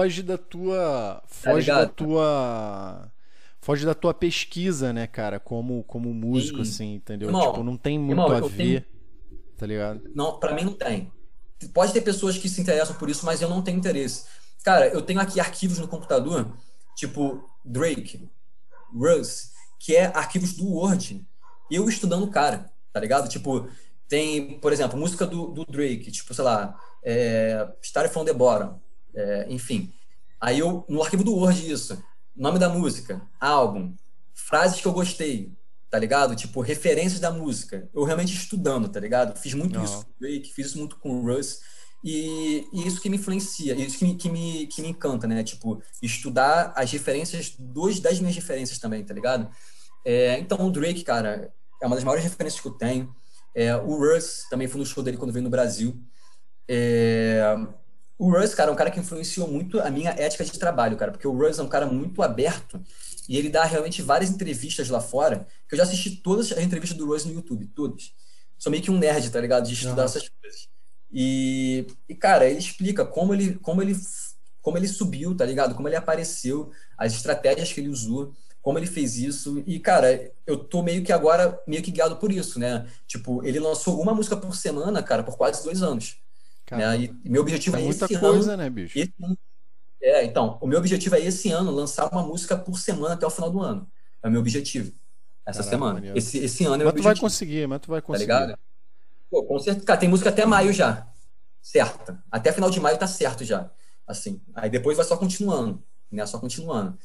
tá ligado? foge da tua pesquisa, né, cara, como músico, Sim. assim, entendeu? Tipo, Irmão, não tem muito irmão, a eu tenho. ver, tá ligado? Não, para mim não tem. Pode ter pessoas que se interessam por isso, mas eu não tenho interesse. Cara, eu tenho aqui arquivos no computador, tipo Drake, Russ, que é arquivos do Word. Eu estudando o cara, tá ligado? Tipo, tem, por exemplo, música do Drake, tipo, sei lá, Started from the Bottom, enfim. Aí no arquivo do Word, isso. Nome da música, álbum, frases que eu gostei, tá ligado? Tipo, referências da música. Eu realmente estudando, tá ligado? Fiz muito isso Aham. com o Drake, fiz isso muito com o Russ. E isso que me influencia, isso que me encanta, né? Tipo, estudar as referências das minhas referências também, tá ligado? Então, o Drake, cara, é uma das maiores referências que eu tenho. O Russ, também fui no show dele quando veio no Brasil. É, o Russ, cara, é um cara que influenciou muito a minha ética de trabalho, cara, porque o Russ é um cara muito aberto e ele dá realmente várias entrevistas lá fora, que eu já assisti todas as entrevistas do Russ no YouTube, todas. Sou meio que um nerd, tá ligado? De estudar Aham. essas coisas. Cara, ele explica como ele subiu, tá ligado? Como ele apareceu, as estratégias que ele usou, como ele fez isso. E, cara, eu tô meio que agora, meio que guiado por isso, né? Tipo, ele lançou uma música por semana, cara, por quase 2 anos, né? Caramba. E meu objetivo É é muita esse coisa, ano. né, bicho? esse ano- então, o meu objetivo é esse ano lançar uma música por semana até o final do ano. É o meu objetivo, essa Caraca, semana. maneiro. Esse ano é o Mas tu vai objetivo, conseguir, mas tu vai tá conseguir. ligado? Pô, com certeza. Cara, tem música até maio já, certa. Até final de maio tá certo já, assim. Aí depois vai só continuando, né? Só continuando.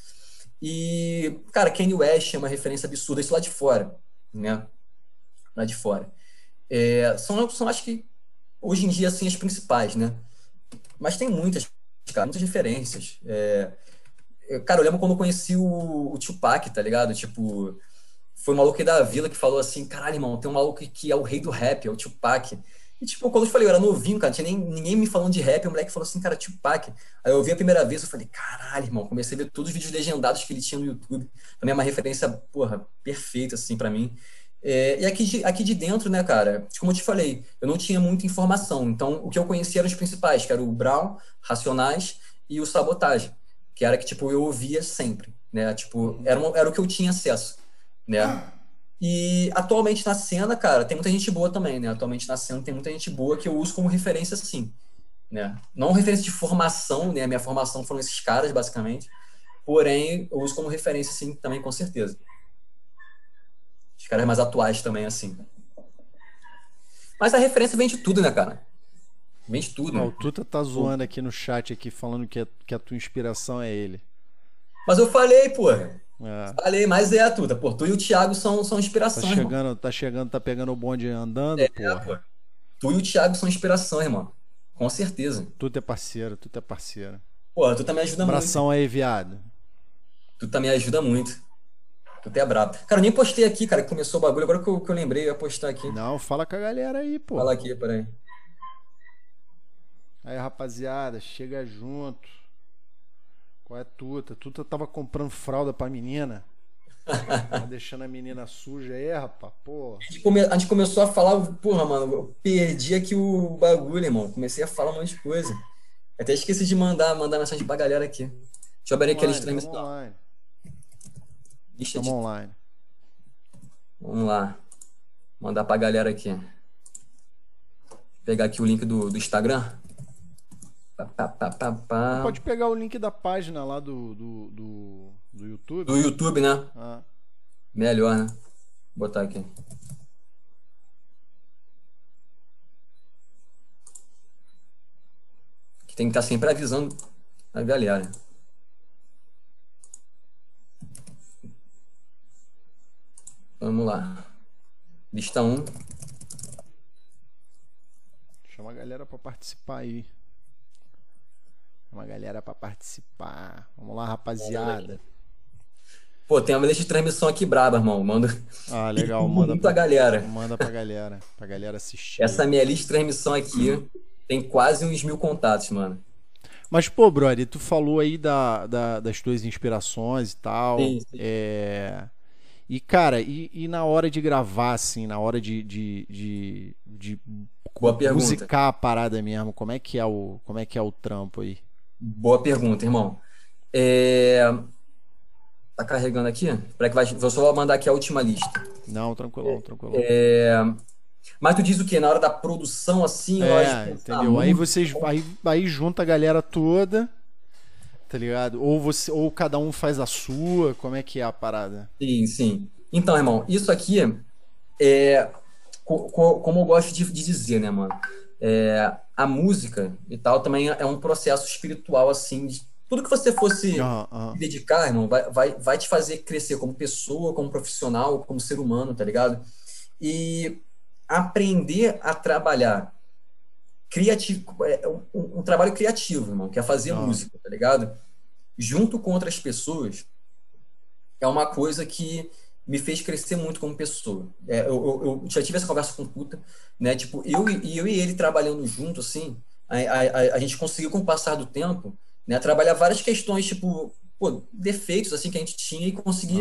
E, cara, Kanye West é uma referência absurda, isso lá de fora, né? Lá de fora. São, acho que, hoje em dia, assim, as principais, né? Mas tem muitas, cara, muitas referências. Cara, eu lembro quando eu conheci o Tupac, tá ligado? Tipo, foi um maluco aí da vila que falou assim, caralho, irmão, tem um maluco que é o rei do rap, é o Tupac. E, tipo, quando eu falei, eu era novinho, cara, não tinha ninguém me falando de rap, o moleque falou assim, cara, Tupac. Aí eu vi a primeira vez, eu falei, caralho, irmão, comecei a ver todos os vídeos legendados que ele tinha no YouTube. Também é uma referência, porra, perfeita, assim, pra mim. E aqui de dentro, né, cara, como eu te falei, eu não tinha muita informação. Então, o que eu conhecia eram os principais, que era o Brown, Racionais e o Sabotagem, que era que, tipo, eu ouvia sempre, né? Tipo, era o que eu tinha acesso, né? E atualmente na cena, cara, tem muita gente boa também, né? Atualmente na cena tem muita gente boa que eu uso como referência, sim, né? Não referência de formação, né? A minha formação foram esses caras, basicamente. Porém, eu uso como referência, sim, também, com certeza. Os caras mais atuais também, assim. Mas a referência vem de tudo, né, cara? Vem de tudo, Ó, né? o Tuta tá zoando aqui no chat aqui, falando que a tua inspiração é ele. Mas eu falei, porra. É. Falei, mas é a Tuta. Pô, tu e o Thiago são inspiração, irmão. Tá pegando o bonde andando, É, pô. porra. Tu e o Thiago são inspiração, irmão. Com certeza. Tuta é parceiro, Tuta é parceiro. Pô, tu também ajuda muito. Abração aí, viado. Tu também ajuda muito. Tu até é brabo. Cara, eu nem postei aqui, cara, que começou o bagulho. Agora que eu lembrei, eu ia postar aqui. Não, fala com a galera aí, pô. Fala aqui, peraí. Aí, rapaziada, chega junto. Qual é Tuta? Tuta tava comprando fralda pra menina. Tá deixando a menina suja aí, rapaz. Pô. A gente começou a falar, porra, mano, eu perdi aqui o bagulho, irmão. Comecei a falar um monte de coisa. Até esqueci de mandar mensagem pra galera aqui. Deixa eu abrir aqui a lista de Tamo transmissão. online. Lista Tamo de... online. Vamos lá. Mandar pra galera aqui. Pegar aqui o link do Instagram. Pode pegar o link da página lá do YouTube. Do YouTube, né? Ah. Melhor, né? Vou botar aqui. Que tem que estar sempre avisando a galera. Vamos lá. Lista 1. Chama a galera pra participar aí. Chama a galera pra participar. Vamos lá, rapaziada. Pô, tem uma lista de transmissão aqui braba, irmão. Manda. Ah, legal. Manda pra galera. Manda pra galera assistir. Essa minha lista de transmissão aqui tem quase uns 1000 contatos, mano. Mas, pô, brother, tu falou aí das tuas inspirações e tal. Sim, sim. E, cara, e na hora de gravar, assim, na hora de Boa pergunta. musicar a parada mesmo, como é que é o trampo aí? Boa pergunta, irmão. Tá carregando aqui? Espera que vou só mandar aqui a última lista. Não, tranquilão. Mas tu diz o quê? Na hora da produção, assim, na hora de pensar entendeu? Aí música? vocês aí junta a galera toda, tá ligado? Ou cada um faz a sua, como é que é a parada? Sim, sim. Então, irmão, isso aqui é como eu gosto de dizer, né, mano? A música e tal também é um processo espiritual, assim, de tudo que você fosse se dedicar, irmão, vai te fazer crescer como pessoa, como profissional, como ser humano, tá ligado? E aprender a trabalhar criativo, um trabalho criativo, irmão, que é fazer música, tá ligado? Junto com outras pessoas, é uma coisa que me fez crescer muito como pessoa. Eu já tive essa conversa com o Puta, né? Tipo, eu e ele trabalhando junto, assim, a gente conseguiu, com o passar do tempo, né, trabalhar várias questões, tipo, pô, defeitos, assim, que a gente tinha e conseguir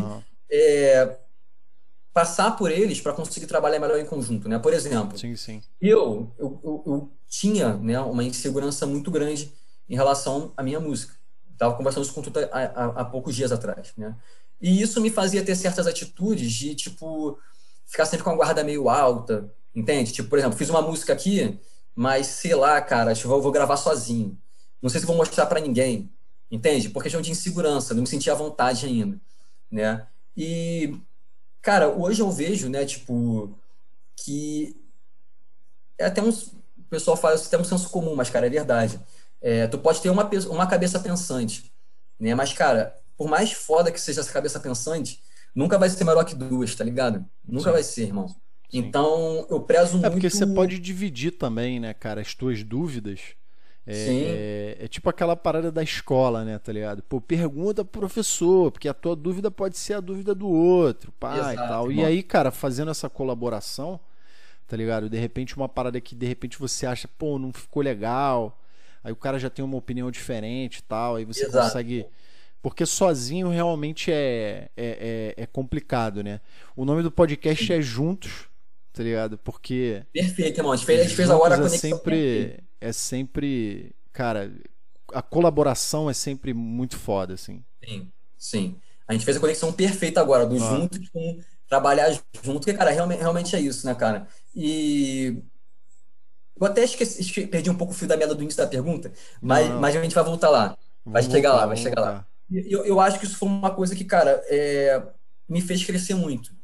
passar por eles para conseguir trabalhar melhor em conjunto, né? Por exemplo, Sim. eu tinha, né, uma insegurança muito grande em relação à minha música. Estava conversando isso com o Tuta há poucos dias atrás, né? E isso me fazia ter certas atitudes de, tipo, ficar sempre com a guarda meio alta, entende? Tipo, por exemplo, fiz uma música aqui, mas sei lá, cara, acho que eu vou gravar sozinho. Não sei se vou mostrar para ninguém, entende? Por questão de insegurança, não me sentia à vontade ainda, né? E, cara, hoje eu vejo, né, tipo, que até o pessoal fala isso, tem um senso comum, mas, cara, é verdade. Tu pode ter uma cabeça pensante, né? Mas, cara, por mais foda que seja essa cabeça pensante, nunca vai ser melhor que duas, tá ligado? Nunca vai ser, irmão. Sim. Então, eu prezo muito... porque você pode dividir também, né, cara, as tuas dúvidas. É tipo aquela parada da escola, né, tá ligado? Pô, pergunta pro professor, porque a tua dúvida pode ser a dúvida do outro, pai, e tal. Irmão. E aí, cara, fazendo essa colaboração, tá ligado? De repente uma parada que de repente você acha, pô, não ficou legal. Aí o cara já tem uma opinião diferente e tal, aí você consegue... Porque sozinho realmente é complicado, né? O nome do podcast é Juntos, tá ligado? Porque... Perfeito, irmão. A gente fez agora a conexão. É sempre... Cara, a colaboração é sempre muito foda, assim. Sim. A gente fez a conexão perfeita agora, do juntos com trabalhar junto, que, cara, realmente é isso, né, cara? E... Eu até perdi um pouco o fio da meada do início da pergunta, mas a gente vai voltar lá. Vai chegar lá. Eu acho que isso foi uma coisa que, cara, me fez crescer muito,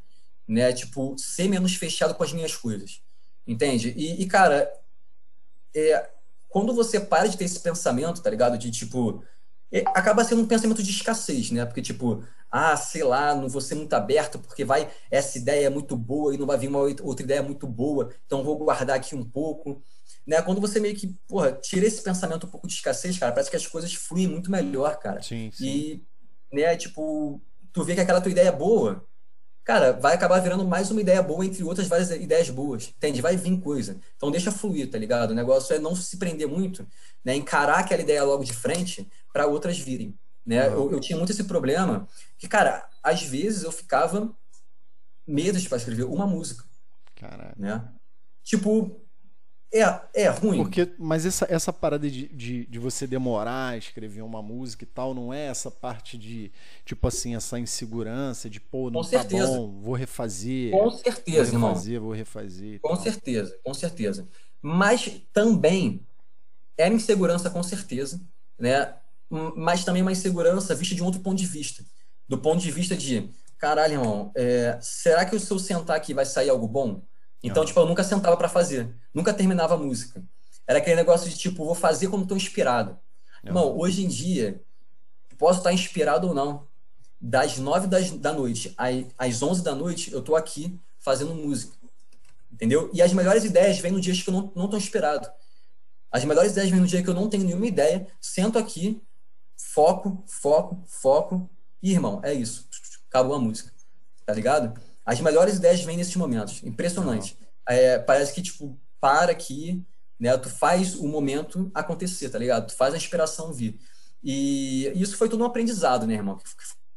né? Tipo, ser menos fechado com as minhas coisas, entende? Cara, é, quando você para de ter esse pensamento, tá ligado? De tipo, acaba sendo um pensamento de escassez, né? Porque, tipo, sei lá, não vou ser muito aberto porque essa ideia é muito boa e não vai vir uma outra ideia muito boa, então vou guardar aqui um pouco, né? Quando você meio que, porra, tira esse pensamento um pouco de escassez, cara, parece que as coisas fluem muito melhor, cara. Sim, sim. E, né, tipo, tu vê que aquela tua ideia é boa, cara, vai acabar virando mais uma ideia boa entre outras várias ideias boas, entende? Vai vir coisa. Então deixa fluir, tá ligado? O negócio é não se prender muito, né? Encarar aquela ideia logo de frente para outras virem, né? Aham. Eu tinha muito esse problema que, cara, às vezes eu ficava meses para escrever uma música, Caraca. né? Tipo, é ruim. Porque, mas essa parada de você demorar a escrever uma música e tal, não é essa parte de, tipo assim, essa insegurança de, pô, Com não tá certeza. bom, Com vou certeza, irmão. refazer, vou refazer e Com tal. certeza, com certeza. Mas também era insegurança, com certeza, né? Mas também uma insegurança vista de um outro ponto de vista. Do ponto de vista de, caralho, irmão, será que se eu sentar aqui vai sair algo bom? Então, Aham. tipo, eu nunca sentava para fazer, nunca terminava a música. Era aquele negócio de, tipo, vou fazer quando estou inspirado. Aham. Irmão, hoje em dia, posso estar inspirado ou não. Das 9 da noite às 11 da noite, eu tô aqui fazendo música, entendeu? E as melhores ideias vêm no dias que eu não tô inspirado. As melhores ideias vêm no dia que eu não tenho nenhuma ideia, sento aqui, foco, foco, foco, e, irmão, é isso. Acabou a música, tá ligado? As melhores ideias vêm nesses momentos. Aham. Impressionante. Parece que, tipo, para aqui, né? Tu faz o momento acontecer, tá ligado? Tu faz a inspiração vir. E isso foi tudo um aprendizado, né, irmão?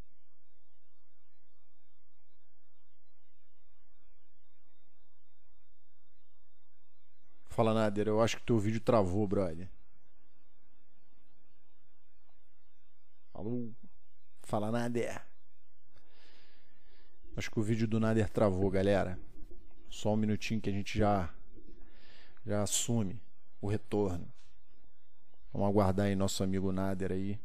Fala, Nader, eu acho que teu vídeo travou, brother. Alô? Fala, Nader. Acho que o vídeo do Nader travou, galera. Só um minutinho que a gente já assume o retorno. Vamos aguardar aí nosso amigo Nader aí.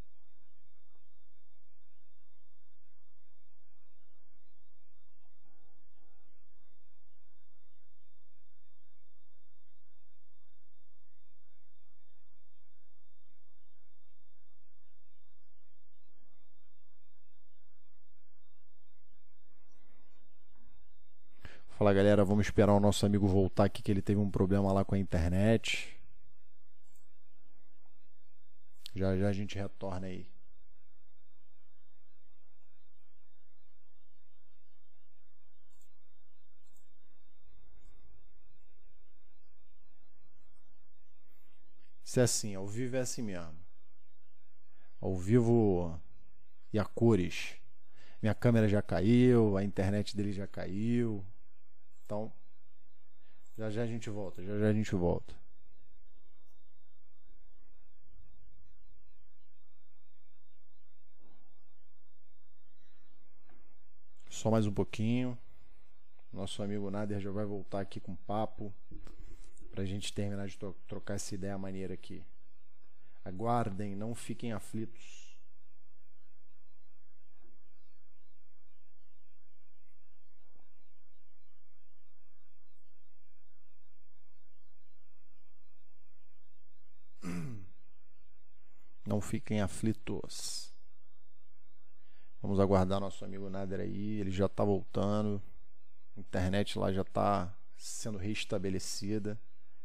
Fala, galera, vamos esperar o nosso amigo voltar aqui que ele teve um problema lá com a internet. Já já a gente retorna aí. Se é assim, ao vivo é assim mesmo. Ao vivo e a cores. Minha câmera já caiu, a internet dele já caiu. Então, já já a gente volta, já já a gente volta. Só mais um pouquinho. Nosso amigo Nader já vai voltar aqui com papo pra gente terminar de trocar essa ideia maneira aqui. Aguardem, não fiquem aflitos. Não fiquem aflitos. Vamos aguardar nosso amigo Nader aí. Ele já está voltando. A internet lá já está sendo restabelecida.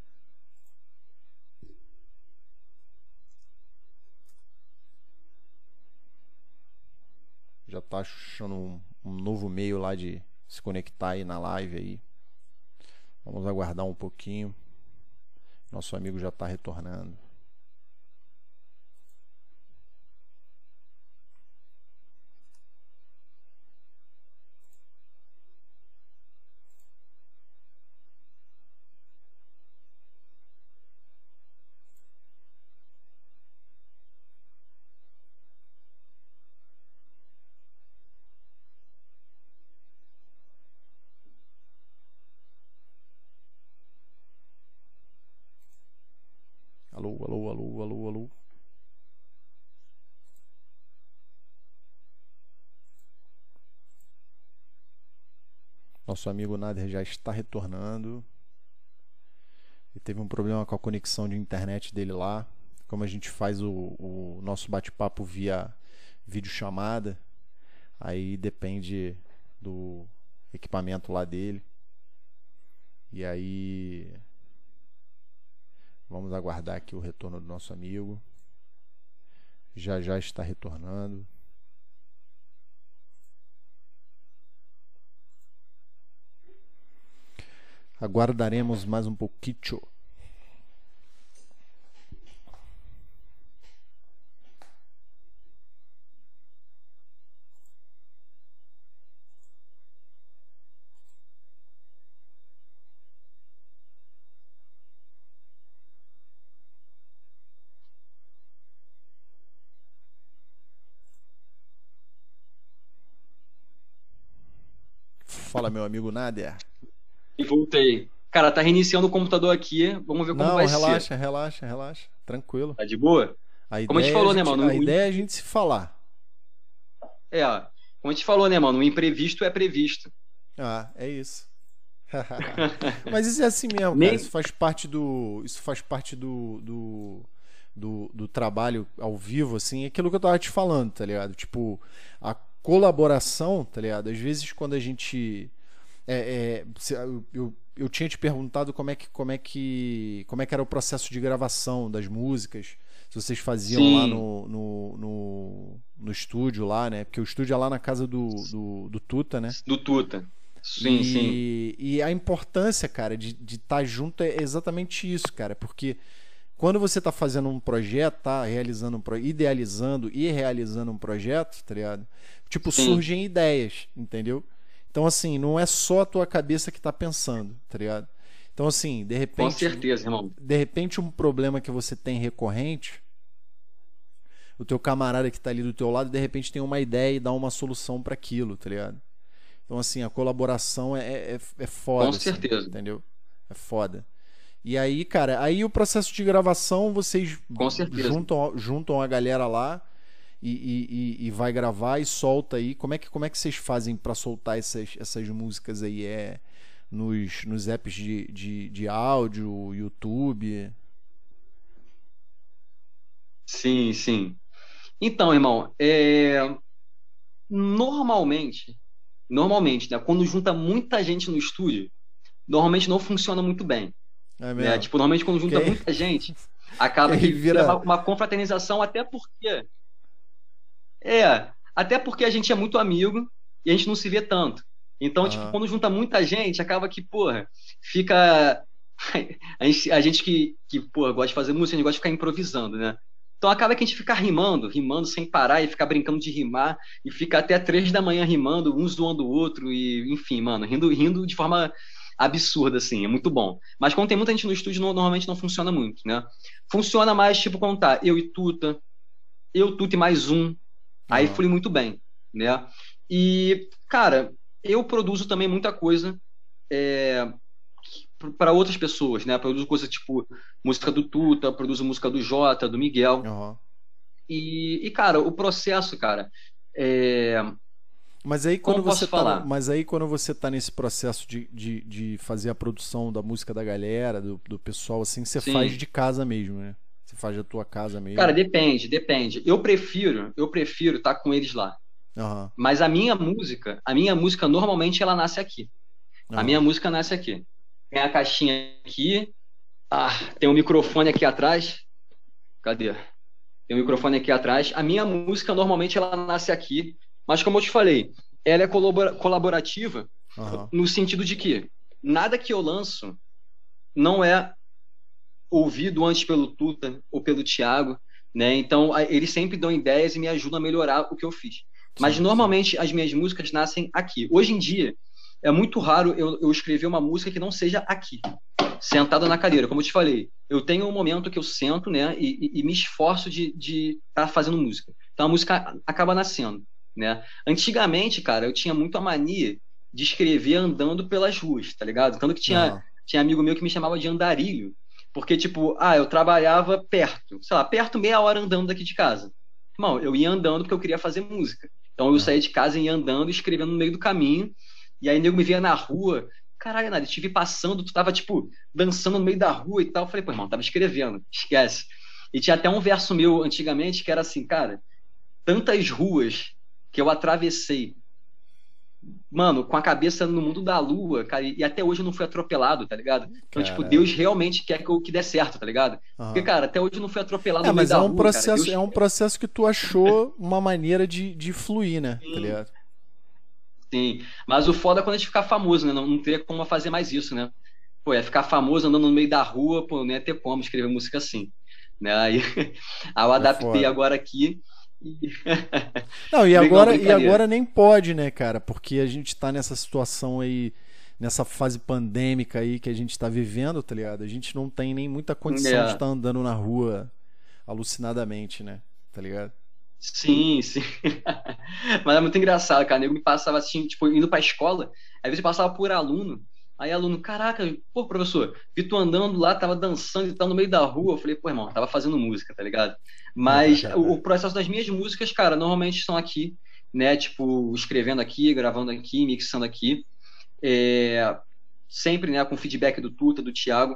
Já está achando um novo meio lá de se conectar aí na live aí. Vamos aguardar um pouquinho. Nosso amigo já está retornando. Alô, alô, alô, alô, alô. Nosso amigo Nader já está retornando. Ele teve um problema com a conexão de internet dele lá. Como a gente faz o nosso bate-papo via videochamada, aí depende do equipamento lá dele. E aí vamos aguardar aqui o retorno do nosso amigo. Já já está retornando. Aguardaremos mais um pouquinho. Fala, meu amigo Nader. E voltei. Cara, tá reiniciando o computador aqui. Vamos ver como vai relaxa, ser. relaxa. Tranquilo. Tá de boa? Como a gente falou, né, mano? A ideia é a gente se falar. Como a gente falou, né, mano? O imprevisto é previsto. Ah, é isso. Mas isso é assim mesmo, cara. Isso faz parte do trabalho ao vivo, assim. É aquilo que eu tava te falando, tá ligado? Tipo, a colaboração, tá ligado? Às vezes quando a gente... eu tinha te perguntado como é que era o processo de gravação das músicas, se vocês faziam Sim. lá no estúdio lá, né? Porque o estúdio é lá na casa do Tuta, né? Do Tuta. Sim. E a importância, cara, de estar junto é exatamente isso, cara, porque quando você tá fazendo um projeto, tá idealizando e realizando um projeto, tá ligado? Tipo, Sim. surgem ideias, entendeu? Então, assim, não é só a tua cabeça que tá pensando, tá ligado? Então, assim, de repente... Com certeza, irmão. De repente, um problema que você tem recorrente, o teu camarada que tá ali do teu lado, de repente tem uma ideia e dá uma solução para aquilo, tá ligado? Então, assim, a colaboração é foda. Com certeza. Assim, entendeu? É foda. E aí, cara, aí o processo de gravação, vocês juntam a galera lá e vai gravar e solta aí. Como é que vocês fazem para soltar essas músicas aí? Nos apps de áudio, YouTube? Sim. Então, irmão, normalmente, né, quando junta muita gente no estúdio, normalmente não funciona muito bem. Né? Tipo, normalmente quando junta muita gente, acaba que vira uma confraternização, até porque a gente é muito amigo e a gente não se vê tanto. Então, tipo, quando junta muita gente, acaba que, porra, fica... A gente que porra, gosta de fazer música, a gente gosta de ficar improvisando, né? Então acaba que a gente fica rimando sem parar e ficar brincando de rimar e fica até 3 da manhã rimando, um zoando o outro e, enfim, mano, rindo de forma absurda, assim, é muito bom. Mas quando tem muita gente no estúdio, normalmente não funciona muito, né? Funciona mais, tipo, quando tá eu e Tuta e mais um, aí flui muito bem, né? E, cara, eu produzo também muita coisa para outras pessoas, né? Produzo coisa tipo música do Tuta, produzo música do Jota, do Miguel. E cara, o processo, cara, Mas aí quando você tá nesse processo de fazer a produção da música da galera, do pessoal, assim, você faz de casa mesmo, né? Você faz da tua casa mesmo. Cara, depende. Eu prefiro estar com eles lá. Mas a minha música normalmente ela nasce aqui. A minha música nasce aqui. Tem a caixinha aqui. Tem um microfone aqui atrás. Cadê? Tem um microfone aqui atrás. A minha música normalmente ela nasce aqui. Mas como eu te falei, ela é colaborativa no sentido de que nada que eu lanço não é ouvido antes pelo Tuta ou pelo Thiago, né? Então eles sempre dão ideias e me ajudam a melhorar o que eu fiz. Mas normalmente as minhas músicas nascem aqui. Hoje em dia é muito raro eu escrever uma música que não seja aqui, sentado na cadeira. Como eu te falei, eu tenho um momento que eu sento, né, e me esforço de estar fazendo música. Então a música acaba nascendo, né? Antigamente, cara, eu tinha muito a mania de escrever andando pelas ruas, tá ligado? Tanto que tinha amigo meu que me chamava de andarilho, porque, tipo, eu trabalhava perto, sei lá, perto meia hora andando daqui de casa. Irmão, eu ia andando porque eu queria fazer música. Então eu saía de casa e ia andando, escrevendo no meio do caminho, E aí nego me via na rua, caralho, Nádia, te vi passando, tu tava, tipo, dançando no meio da rua e tal. Eu falei, pô, irmão, tava escrevendo, esquece. E tinha até um verso meu antigamente que era assim, cara, tantas ruas que eu atravessei, mano, com a cabeça no mundo da lua, cara, e até hoje eu não fui atropelado, tá ligado? Então, tipo, Caralho. Deus realmente quer que dê certo, tá ligado? Porque, Aham. cara, até hoje eu não fui atropelado no meio Mas da rua, cara. é Deus. um processo que tu achou uma maneira de fluir, né? Tá Sim, ligado? sim. Mas o foda é quando a gente ficar famoso, né? Não teria como fazer mais isso, né? Pô, ia ficar famoso andando no meio da rua, pô, não ia ter como escrever música assim. Né? Aí, aí eu É adaptei foda. agora aqui e. Não, Não, e brincadeira. agora nem pode, né, cara? Porque a gente tá nessa situação aí, nessa fase pandêmica aí que a gente tá vivendo, tá ligado? A gente não tem nem muita condição de É, estar andando na rua alucinadamente, né? Tá ligado? sim, sim. Mas é muito engraçado, cara. O nego me passava assim, tipo, indo pra escola, às vezes eu passava por aluno, aí aluno, caraca, pô, professor, vi tu andando lá, tava dançando e tá no meio da rua. Eu falei, pô, irmão, tava fazendo música, tá ligado? Mas o processo das minhas músicas, cara, normalmente são aqui, né? Tipo, escrevendo aqui, gravando aqui, mixando aqui. É, sempre, né, com feedback do Tuta, do Thiago.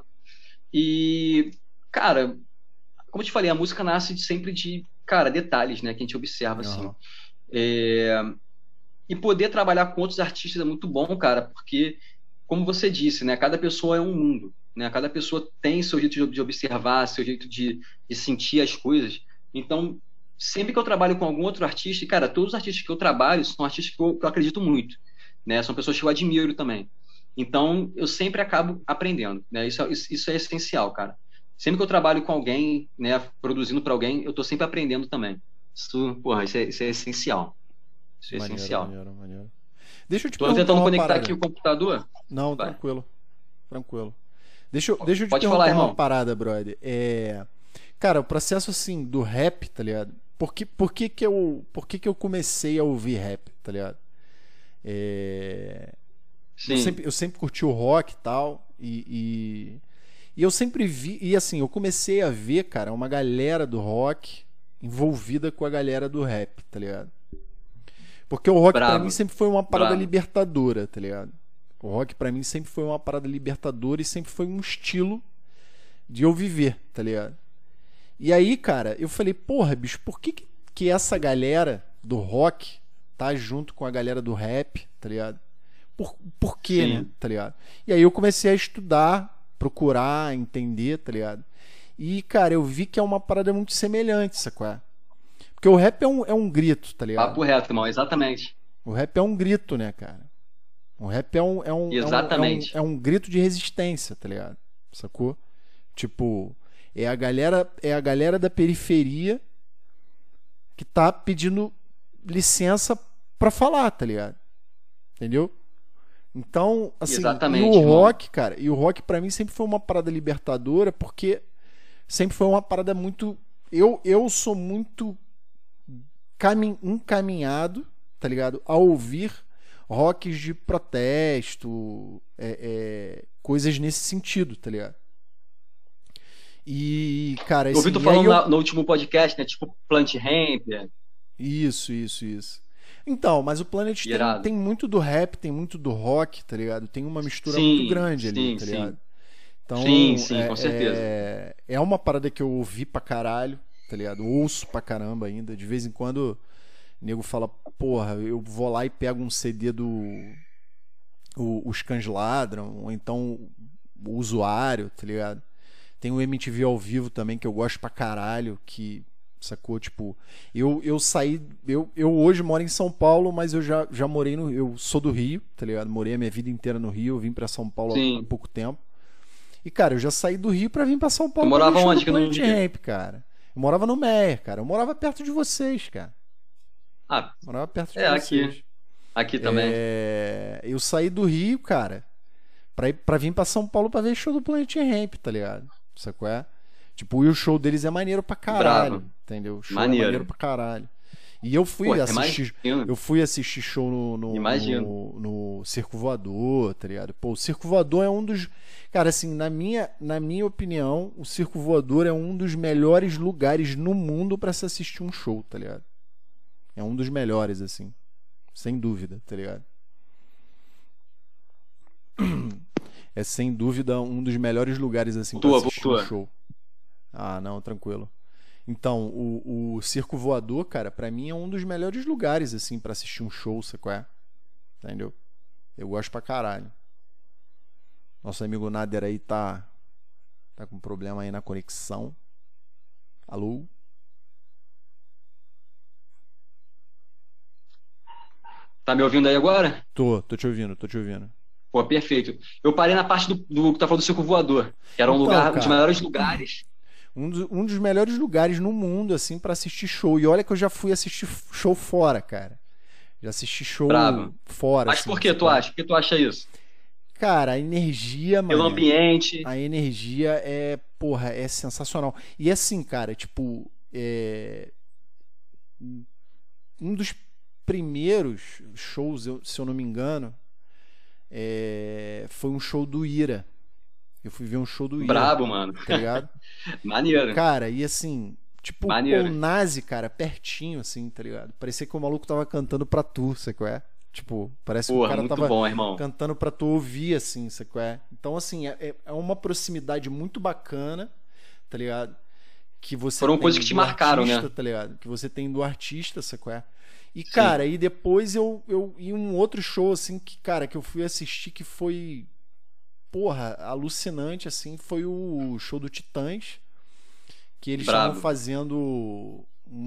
E, cara, como eu te falei, a música nasce sempre de, cara, detalhes, né, que a gente observa, assim. Aham. É, e poder trabalhar com outros artistas é muito bom, cara, porque, como você disse, né, cada pessoa é um mundo, né, cada pessoa tem seu jeito de observar, seu jeito de sentir as coisas. Então, sempre que eu trabalho com algum outro artista, e, cara, todos os artistas que eu trabalho são artistas que eu acredito muito, né, são pessoas que eu admiro também. Então, eu sempre acabo aprendendo, né, isso é essencial, cara. Sempre que eu trabalho com alguém, né, produzindo para alguém, eu tô sempre aprendendo também. Isso, porra, isso é essencial. Isso é Maneiro, essencial. maneiro, maneiro. Deixa eu te Tô perguntar tentando uma conectar aqui parada. o computador. Não, Vai. tranquilo, tranquilo. Deixa eu te Pode falar, perguntar uma irmão. parada, brother. Cara, o processo assim do rap, tá ligado? Por que que eu comecei a ouvir rap, tá ligado? É, Sim, eu sempre curti o rock e tal, e eu sempre vi, e assim, eu comecei a ver, cara, uma galera do rock envolvida com a galera do rap, tá ligado? Porque o rock pra mim brabo, sempre foi uma parada brabo. libertadora, tá ligado? O rock pra mim sempre foi uma parada libertadora e sempre foi um estilo de eu viver, tá ligado? E aí, cara, eu falei, porra, bicho, que essa galera do rock tá junto com a galera do rap, tá ligado? Por quê, né? Sim, Tá ligado? E aí eu comecei a estudar, procurar, entender, tá ligado? E, cara, eu vi que é uma parada muito semelhante, sacou? Porque o rap é um grito, tá ligado? papo reto, irmão, exatamente. O rap é um grito, né, cara? O rap Exatamente. é um grito de resistência, tá ligado? Sacou? Tipo, é a galera da periferia que tá pedindo licença pra falar, tá ligado? Entendeu? Então, assim, Exatamente, irmão. e o rock pra mim sempre foi uma parada libertadora, porque sempre foi uma parada muito. Eu sou muito encaminhado, tá ligado? A ouvir rocks de protesto, coisas nesse sentido, tá ligado? E, cara, Eu ouvi assim, tu e aí falando eu. no último podcast, né? Tipo Plant Ramp, Isso. Então, mas o Planet irado. tem muito do rap, tem muito do rock, tá ligado? Tem uma mistura muito Sim, grande ali, sim, tá ligado? sim. Sim, Então, sim, com certeza. é uma parada que eu ouvi pra caralho, tá ligado? Ouço pra caramba ainda. De vez em quando o nego fala, porra, eu vou lá e pego um CD do Os Cães Ladram, ou então o Usuário, tá ligado? Tem o MTV ao vivo também, que eu gosto pra caralho, que, sacou? Tipo, eu saí. Eu hoje moro em São Paulo, mas eu já morei no. Eu sou do Rio, tá ligado? Morei a minha vida inteira no Rio, eu vim pra São Paulo há Sim. pouco tempo. E, cara, eu já saí do Rio pra vir pra São Tu Paulo pra ver morava show do onde que eu não Planet vi? Ramp, cara. Eu morava no Meyer, cara. Eu morava perto de vocês, cara. Ah, Eu morava perto de é aqui. vocês. Aqui também. Eu saí do Rio, cara, pra vir pra São Paulo pra ver show do Planet Ramp, tá ligado? Sabe qual é? Tipo, e o show deles é maneiro pra caralho, Bravo. entendeu? O show é maneiro Maneiro. pra caralho. E Pô, imagino. eu fui assistir show Imagino. no Circo Voador, tá ligado? Pô, o Circo Voador é um dos. Cara, assim, na minha opinião, o Circo Voador é um dos melhores lugares no mundo pra se assistir um show, tá ligado? É um dos melhores, assim. Sem dúvida, tá ligado? É sem dúvida um dos melhores lugares assim para assistir um show. Ah, não, tranquilo. Então, o Circo Voador, cara, pra mim é um dos melhores lugares assim para assistir um show, sabe qual é? Entendeu? Eu gosto pra caralho. Nosso amigo Nader aí tá com problema aí na conexão. Alô? Tá me ouvindo aí agora? Tô te ouvindo. Pô, perfeito. Eu parei na parte do que tá falando do Circo Voador, que era um lugar, um dos melhores lugares. Um dos melhores lugares no mundo, assim, pra assistir show. E olha que eu já fui assistir show fora, cara. Já assisti show fora. Mas assim, por que tu acha? Por que tu acha isso? Cara, a energia, mano. Pelo ambiente. A energia é sensacional. E assim, cara, tipo, um dos primeiros shows, se eu não me engano, foi um show do Ira. Eu fui ver um show do Ira. Brabo, mano. Tá ligado? Maneiro. Cara, e assim, tipo, Maneiro. o Nazi, cara, pertinho, assim, tá ligado? Parecia que o maluco tava cantando pra tu, sabe qual é? Tipo, parece que o cara tava cantando pra tu ouvir, assim, sabe qual é? Então, assim, é uma proximidade muito bacana, tá ligado? Que você foram coisas que te marcaram, artista, né? Tá ligado? Que você tem do artista, sabe qual é? E, cara, e depois eu e um outro show, assim, que, cara, que eu fui assistir que foi, porra, alucinante, assim, foi o show do Titãs, que eles estavam fazendo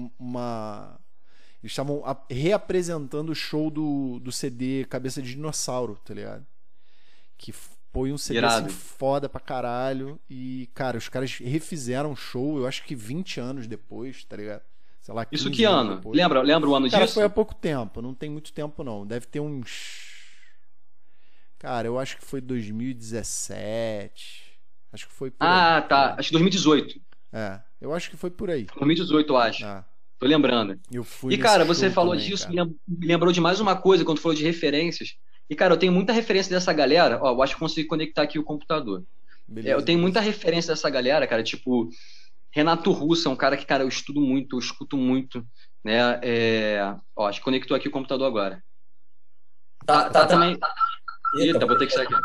eles estavam reapresentando o show do CD Cabeça de Dinossauro, tá ligado? Que foi um CD assim, foda pra caralho. E, cara, os caras refizeram o show, eu acho que 20 anos depois, tá ligado? Sei lá, 15 Isso que ano? Depois. Lembra o ano cara, disso? Foi há pouco tempo, não tem muito tempo não. Deve ter uns... Cara, eu acho que foi 2017. Acho que foi por aí. Tá. Acho que 2018. Eu acho que foi por aí. 2018, eu acho. Tô lembrando. Eu fui cara, você falou também, disso, cara. me lembrou de mais uma coisa quando falou de referências. E, cara, eu tenho muita referência dessa galera. Ó, eu acho que consegui conectar aqui o computador. Beleza, eu tenho muita referência dessa galera, cara. Tipo, Renato Russo é um cara que, cara, eu estudo muito, eu escuto muito. Né? Ó, acho que conectou aqui o computador agora. Tá também. Eita, vou ter que sair aqui.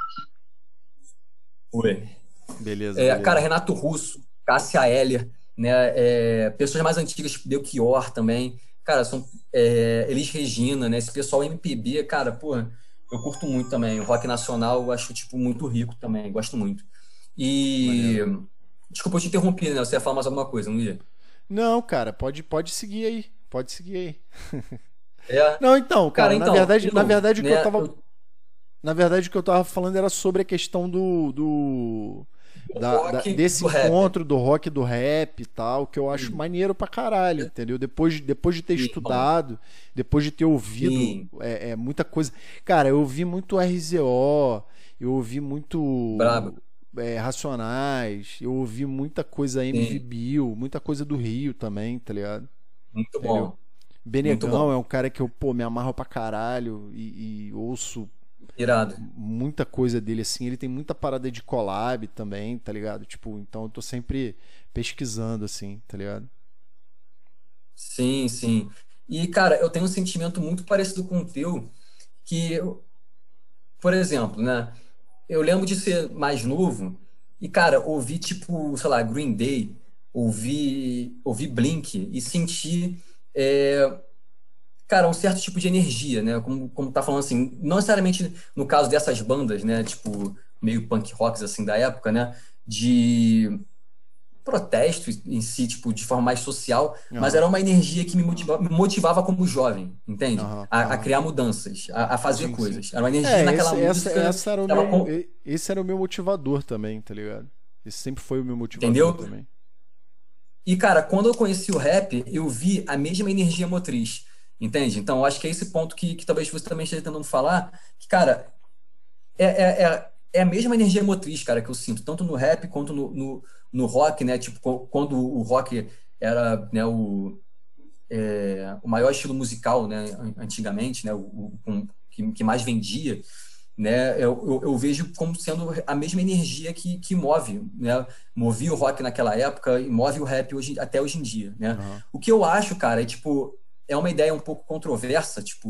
Oi. Beleza. Cara, Renato Russo, Cássia Eller, né? Pessoas mais antigas, tipo Belchior também. Cara, são Elis Regina, né? Esse pessoal MPB, cara, porra, eu curto muito também. O rock nacional eu acho, tipo, muito rico também. Gosto muito. E... Maneiro. Desculpa, eu te interrompi, né? Você ia falar mais alguma coisa, não ia? Não, cara, pode seguir aí. Pode seguir aí. Não, então, cara, na verdade o que eu tava... Na verdade, o que eu tava falando era sobre a questão desse encontro do rock e do rap e tal, que eu acho maneiro pra caralho, entendeu? Depois de ter estudado, depois de ter ouvido muita coisa. Cara, eu ouvi muito RZO, eu ouvi muito Racionais, eu ouvi muita coisa MV Bill, muita coisa do Rio também, tá ligado? Muito bom. Benegão é um cara que eu, me amarro pra caralho e ouço irado. Muita coisa dele, assim. Ele tem muita parada de collab também, tá ligado? Tipo, então eu tô sempre pesquisando, assim, tá ligado? Sim, sim. E, cara, eu tenho um sentimento muito parecido com o teu, que, por exemplo, né? Eu lembro de ser mais novo e, cara, ouvi, tipo, sei lá, Green Day, ouvi Blink e sentir... cara, um certo tipo de energia, né? Como tá falando assim, não necessariamente no caso dessas bandas, né? Tipo, meio punk rocks, assim, da época, né? De protesto em si, tipo, de forma mais social, mas era uma energia que me motivava como jovem, entende? A criar mudanças, a fazer coisas. Era uma energia naquela música... Esse era o meu motivador também, tá ligado? Esse sempre foi o meu motivador. Entendeu? Também. E, cara, quando eu conheci o rap, eu vi a mesma energia motriz. Entende? Então, eu acho que é esse ponto que talvez você também esteja tentando falar, que, cara, é a mesma energia motriz, cara, que eu sinto, tanto no rap quanto no rock, né? Tipo, quando o rock era, né, o maior estilo musical, né, antigamente, né, que mais vendia, né? Eu vejo como sendo a mesma energia que move, né? Movia o rock naquela época e move o rap até hoje em dia, né? O que eu acho, cara, é tipo... É uma ideia um pouco controversa, tipo,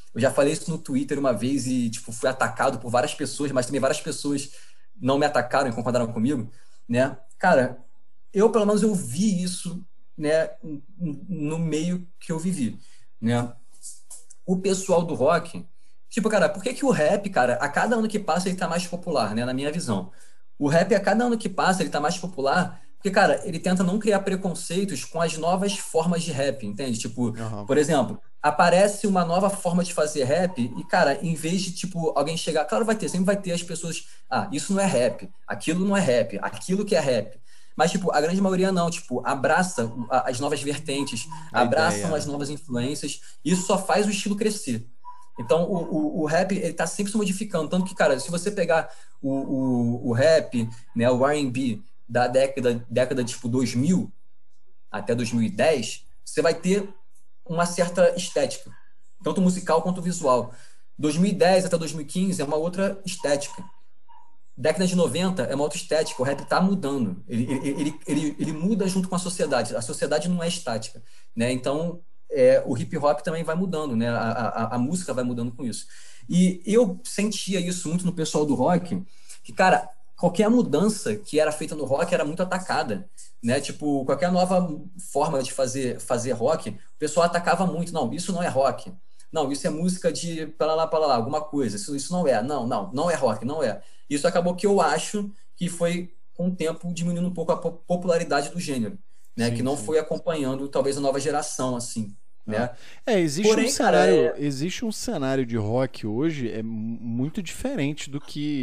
Eu já falei isso no Twitter uma vez e, tipo, fui atacado por várias pessoas, mas também várias pessoas não me atacaram e concordaram comigo, né? Cara, eu, pelo menos, eu vi isso, né, no meio que eu vivi, né? O pessoal do rock, tipo, cara, por que que o rap, cara, a cada ano que passa ele tá mais popular, né, na minha visão? O rap, a cada ano que passa, ele tá mais popular porque, cara, ele tenta não criar preconceitos com as novas formas de rap, entende? Tipo, Aham. por exemplo, aparece uma nova forma de fazer rap e, cara, em vez de, tipo, alguém chegar... Claro, sempre vai ter as pessoas... Ah, isso não é rap, aquilo não é rap, aquilo que é rap. Mas, tipo, a grande maioria não, tipo, abraça as novas vertentes, A abraçam as ideia. novas influências, e isso só faz o estilo crescer. Então, o rap, ele tá sempre se modificando. Tanto que, cara, se você pegar o rap, né, o R&B da década tipo 2000 até 2010, você vai ter uma certa estética, tanto musical quanto visual. 2010 até 2015 é uma outra estética. Década de 90 é uma outra estética. O rap está mudando. Ele muda junto com a sociedade. A sociedade não é estática, né? Então, o hip hop também vai mudando, né? A música vai mudando com isso. E eu sentia isso muito no pessoal do rock, que, cara, qualquer mudança que era feita no rock era muito atacada, né? Tipo, qualquer nova forma de fazer rock, o pessoal atacava muito. Não, isso não é rock. Não, isso é música de para lá, alguma coisa. Isso não é. Não é rock, não é. Isso acabou que eu acho que foi, com o tempo, diminuindo um pouco a popularidade do gênero, né? Que Sim, não sim. foi acompanhando, talvez, a nova geração, assim, né? Porém, cara, Existe um cenário de rock hoje muito diferente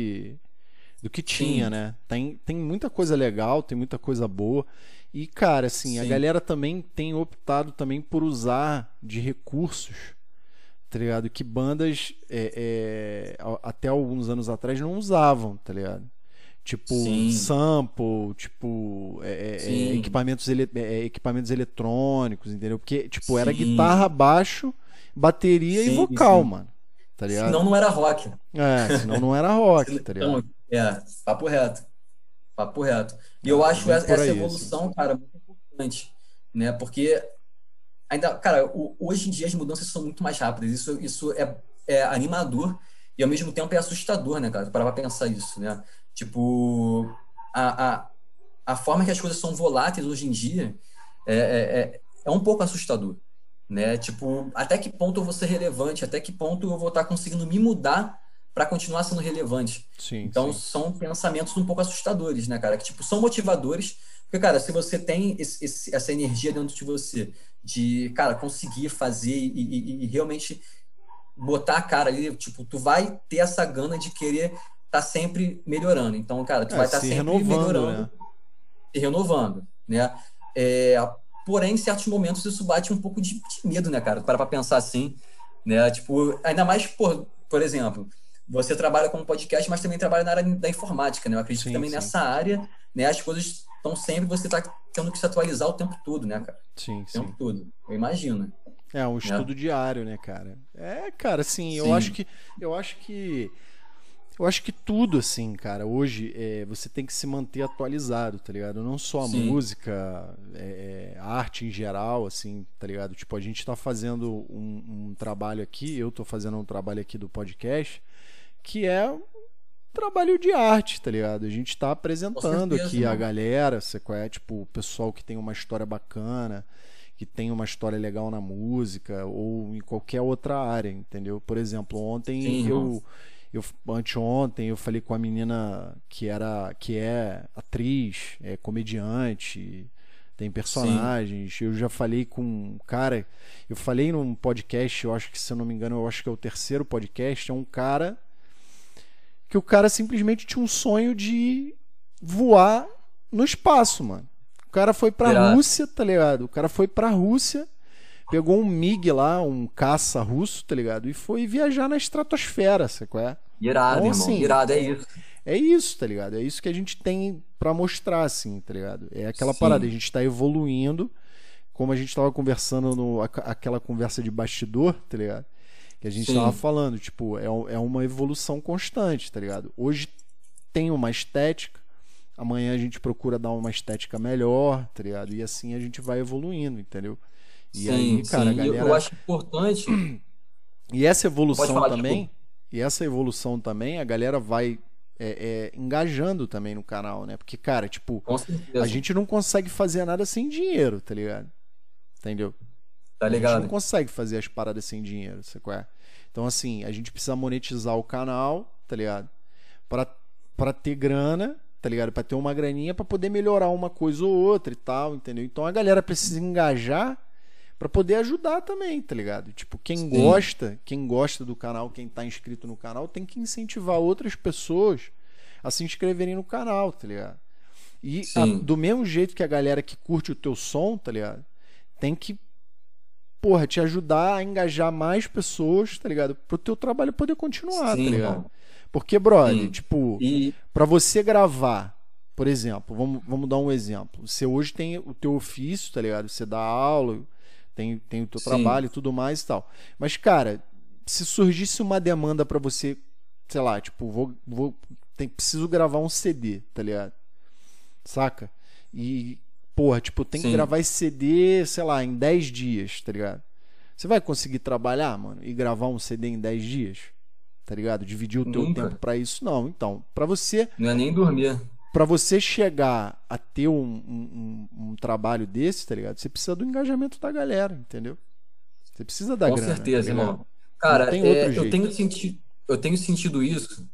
do que tinha, sim, né? Tem muita coisa legal, tem muita coisa boa. E, cara, assim, a sim, galera também tem optado também por usar de recursos, tá ligado? Que bandas até alguns anos atrás não usavam, tá ligado? Tipo sim, sample, tipo sim, equipamentos eletrônicos, entendeu? Porque, tipo, era guitarra, sim, baixo, bateria e sim, vocal, sim. mano, tá ligado? Senão não era rock. Senão não era rock, tá ligado? Então, papo reto, papo reto. E eu É acho bem por essa aí, assim. evolução, cara, muito importante, né? Porque ainda, cara, hoje em dia as mudanças são muito mais rápidas. Isso é animador e ao mesmo tempo é assustador, né, cara? Parar pra pensar isso, né? Tipo, a, a, a forma que as coisas são voláteis hoje em dia é um pouco assustador, né? Tipo, até que ponto eu vou ser relevante? Até que ponto eu vou estar conseguindo me mudar para continuar sendo relevante? Sim, Então, sim. são pensamentos um pouco assustadores, né, cara? Que, tipo, são motivadores, porque, cara, se você tem essa energia dentro de você de, cara, conseguir fazer e realmente botar a cara ali, tipo, tu vai ter essa gana de querer estar sempre melhorando. Então, cara, tu vai estar Se sempre renovando, né? melhorando e renovando, né? É, porém, em certos momentos isso bate um pouco de medo, né, cara? Para pra pensar assim, né? Tipo, ainda mais, por exemplo, você trabalha com podcast, mas também trabalha na área da informática, né? Eu acredito que Sim, também sim. nessa área, né, as coisas estão sempre, você tá tendo que se atualizar o tempo todo, né, cara? Sim, O tempo sim. todo. Eu imagino, É um né? estudo diário, né, cara? Cara, assim, Sim, eu acho que eu acho que tudo, assim, cara, hoje você tem que se manter atualizado, tá ligado? Não só a sim, música, a arte em geral, assim, tá ligado? Tipo, a gente tá fazendo um trabalho aqui, eu tô fazendo um trabalho aqui do podcast, que é um trabalho de arte, tá ligado? A gente tá com apresentando certeza, aqui a irmão. galera, tipo, o pessoal que tem uma história bacana, que tem uma história legal na música ou em qualquer outra área, entendeu? Por exemplo, Sim, irmão. anteontem eu falei com a menina que é atriz, é comediante, tem Sim, personagens. Eu já falei com um cara, eu falei num podcast, eu acho que se eu não me engano, eu acho que é o terceiro podcast, é um cara que o cara simplesmente tinha um sonho de voar no espaço, mano. O cara foi pra irado, Rússia, tá ligado? O cara foi pra Rússia, pegou um MiG lá, um caça russo, tá ligado? E foi viajar na estratosfera, sabe qual é? irado, Então, irmão. assim, Irado, é isso. é isso, tá ligado? É isso que a gente tem pra mostrar, assim, tá ligado? É aquela parada, a Sim, gente tá evoluindo, como a gente tava conversando aquela conversa de bastidor, tá ligado? Que a gente tava sim, falando, tipo, é uma evolução constante, tá ligado? Hoje tem uma estética, amanhã a gente procura dar uma estética melhor, tá ligado? E assim a gente vai evoluindo, entendeu? E aí, sim, cara, a sim. E eu galera. acho importante. E essa Pode evolução falar, também, desculpa. a galera vai engajando também no canal, né? Porque, cara, tipo, Com a certeza. gente não consegue fazer nada sem dinheiro, tá ligado? Entendeu? Tá A gente não ligado? consegue fazer as paradas sem dinheiro, sabe qual é? Então, assim, a gente precisa monetizar o canal, tá ligado? Pra, pra ter grana, tá ligado? Pra ter uma graninha pra poder melhorar uma coisa ou outra e tal, entendeu? Então a galera precisa engajar pra poder ajudar também, tá ligado? Tipo, Sim, quem gosta do canal, quem tá inscrito no canal, tem que incentivar outras pessoas a se inscreverem no canal, tá ligado? E sim, do mesmo jeito que a galera que curte o teu som, tá ligado? Tem que, porra, te ajudar a engajar mais pessoas, tá ligado? Pro teu trabalho poder continuar, tá sim, ligado? irmão. Porque, brother, Sim. tipo, E pra você gravar, por exemplo, vamos dar um exemplo. Você hoje tem o teu ofício, tá ligado? Você dá aula, tem o teu sim, trabalho e tudo mais e tal. Mas, cara, se surgisse uma demanda pra você, sei lá, tipo, preciso gravar um CD, tá ligado? Saca? E, porra, tipo, tem que sim. gravar esse CD, sei lá, em 10 dias, tá ligado? Você vai conseguir trabalhar, mano, e gravar um CD em 10 dias? Tá ligado? Dividir o teu tempo Nunca. pra isso? Não. Então, Não é nem dormir. pra você chegar a ter um trabalho desse, tá ligado? Você precisa do engajamento da galera, entendeu? Você precisa da Com grana, tá certeza, ligado? irmão. Não Cara, tem outro eu jeito. tenho eu tenho sentido isso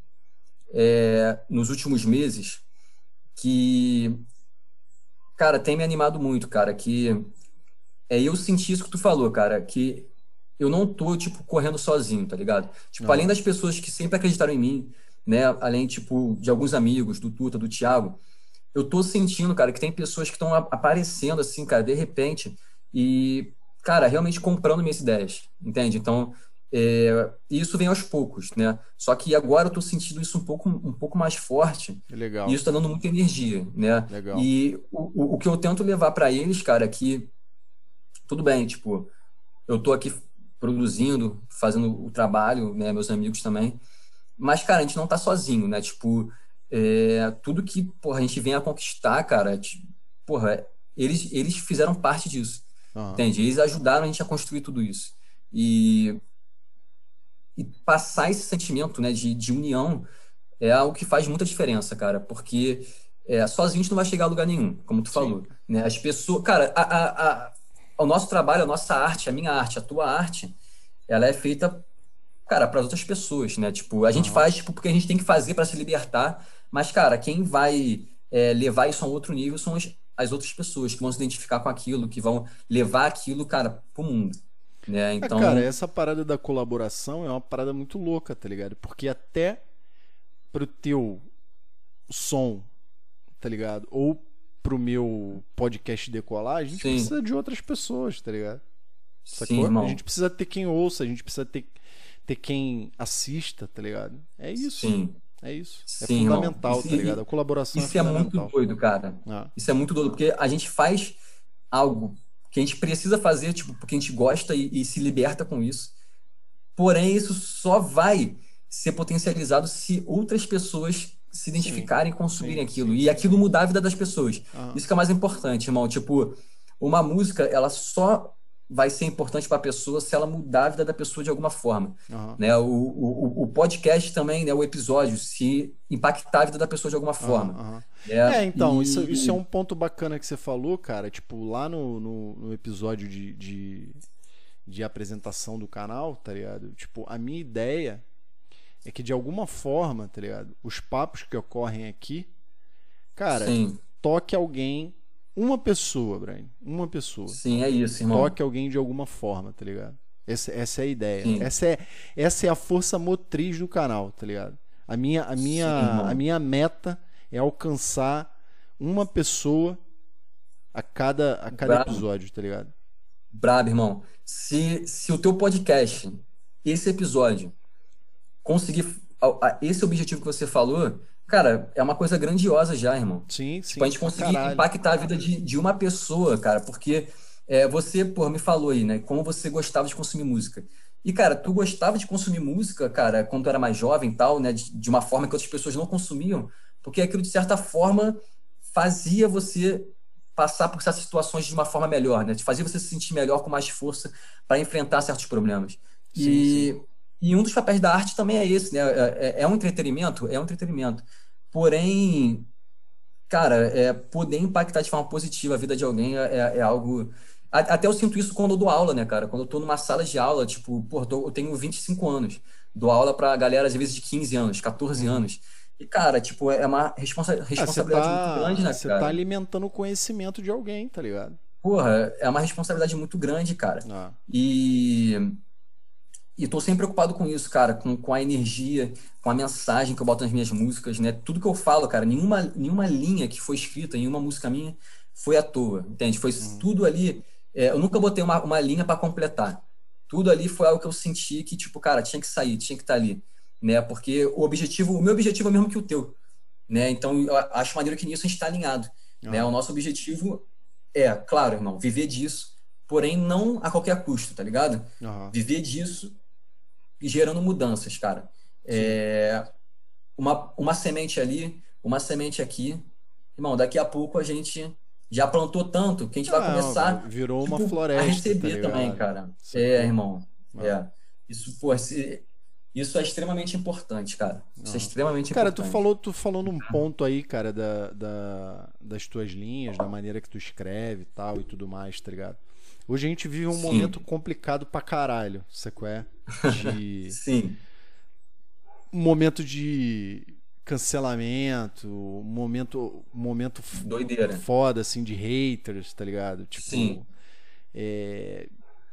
nos últimos meses, que, cara, tem me animado muito, cara, que eu senti isso que tu falou, cara, que eu não tô, tipo, correndo sozinho, tá ligado? Tipo, além Aham. das pessoas que sempre acreditaram em mim, né, além, tipo, de alguns amigos, do Tuta, do Thiago, eu tô sentindo, cara, que tem pessoas que estão aparecendo, assim, cara, de repente, e, cara, realmente comprando minhas ideias, entende? Então, isso vem aos poucos, né? Só que agora eu tô sentindo isso um pouco mais forte, e Legal, isso tá dando muita energia, né? legal. E o que eu tento levar para eles, cara, é que tudo bem, tipo, eu tô aqui produzindo, fazendo o trabalho, né, meus amigos também, mas, cara, a gente não tá sozinho, né? Tipo, tudo que, porra, a gente vem a conquistar, cara, porra, eles fizeram parte disso, Aham. entende? Eles ajudaram a gente a construir tudo isso. E, e passar esse sentimento, né, de união é algo que faz muita diferença, cara, porque sozinho a gente não vai chegar a lugar nenhum, como tu Sim. falou, né? As pessoas, cara, o nosso trabalho, a nossa arte, a minha arte, a tua arte, ela é feita, cara, para as outras pessoas, né? Tipo, a gente Aham. faz, tipo, porque a gente tem que fazer para se libertar, mas, cara, quem vai levar isso a um outro nível são as outras pessoas que vão se identificar com aquilo, que vão levar aquilo, cara, pro mundo, né? Cara, Então, essa parada da colaboração é uma parada muito louca, tá ligado? Porque até pro teu som, tá ligado? Ou pro meu podcast decolar, a gente sim, precisa de outras pessoas, tá ligado? sim, Sacou? A gente irmão, precisa ter quem ouça, a gente precisa ter quem assista, tá ligado? É isso. sim. É isso. É Sim, irmão. fundamental, tá ligado? A colaboração é Isso é muito fundamental. doido, cara. Ah, Isso é muito doido, porque a gente faz algo que a gente precisa fazer, tipo, porque a gente gosta e se liberta com isso. Porém, isso só vai ser potencializado se outras pessoas se sim, identificarem e consumirem sim, aquilo. sim, E sim. aquilo mudar a vida das pessoas. Ah, Isso que é o mais importante, irmão. Tipo, uma música, ela só vai ser importante para a pessoa se ela mudar a vida da pessoa de alguma forma. aham, Né? O podcast também, né? O episódio, se impactar a vida da pessoa de alguma aham, forma. aham. Né? Então, isso é E um ponto bacana que você falou, cara. Tipo, lá no episódio de apresentação do canal, tá ligado? Tipo, a minha ideia é que de alguma forma, tá ligado? Os papos que ocorrem aqui, cara, sim, toque alguém, uma pessoa, Brian, uma pessoa. sim, é isso, irmão. Toque alguém de alguma forma, tá ligado? Essa é a ideia. Sim, Essa é a força motriz do canal, tá ligado? sim, A irmão. minha meta é alcançar uma pessoa a cada Brabo, episódio, tá ligado? brabo, irmão. Se o teu podcast, esse episódio, conseguir esse objetivo que você falou, cara, é uma coisa grandiosa já, irmão. Sim, Tipo, a sim, gente pra conseguir caralho. impactar a vida de uma pessoa, cara, porque você, pô, me falou aí, né, como você gostava de consumir música. E, cara, tu gostava de consumir música, cara, quando tu era mais jovem e tal, né, de uma forma que outras pessoas não consumiam, porque aquilo, de certa forma, fazia você passar por certas situações de uma forma melhor, né? Fazia você se sentir melhor, com mais força para enfrentar certos problemas. Sim, sim. E um dos papéis da arte também é esse, né? É um entretenimento? É um entretenimento. Porém, cara, poder impactar de forma positiva a vida de alguém é algo. Até eu sinto isso quando eu dou aula, né, cara? Quando eu tô numa sala de aula, tipo, pô, eu tenho 25 anos, dou aula pra galera, às vezes, de 15 anos, 14 Uhum. anos. E, cara, tipo, é uma Ah, responsabilidade muito grande, né, você tá cara? alimentando o conhecimento de alguém, tá ligado? Porra, é uma responsabilidade muito grande, cara. Ah, E, e tô sempre preocupado com isso, cara, com a energia, com a mensagem que eu boto nas minhas músicas, né? Tudo que eu falo, cara, nenhuma linha que foi escrita em uma música minha foi à toa, entende? Foi uhum. tudo ali. Eu nunca botei uma linha para completar. Tudo ali foi algo que eu senti que, tipo, cara, tinha que sair, tinha que estar ali, né? Porque o meu objetivo é o mesmo que o teu, né? Então, eu acho maneiro que nisso a gente está alinhado, né? O Aham, nosso objetivo claro, irmão, viver disso, porém não a qualquer custo, tá ligado? aham. Viver disso e gerando mudanças, cara. Sim. É, uma semente ali, uma semente aqui. Irmão, daqui a pouco a gente já plantou tanto que a gente vai Ah, começar, virou uma tipo, a floresta, tá receber também, ligado? cara. Sacou? Irmão. Ah, É. Isso, pô, isso é extremamente importante, cara. Isso é aham. extremamente Cara, importante. tu falou num ponto aí, cara, das tuas linhas, da maneira que tu escreve e tal e tudo mais, tá ligado? Hoje a gente vive um momento Sim, complicado pra caralho, sacou? De sim. um momento de cancelamento, um momento Doideira. foda, assim, de haters, tá ligado? Tipo, Sim. é,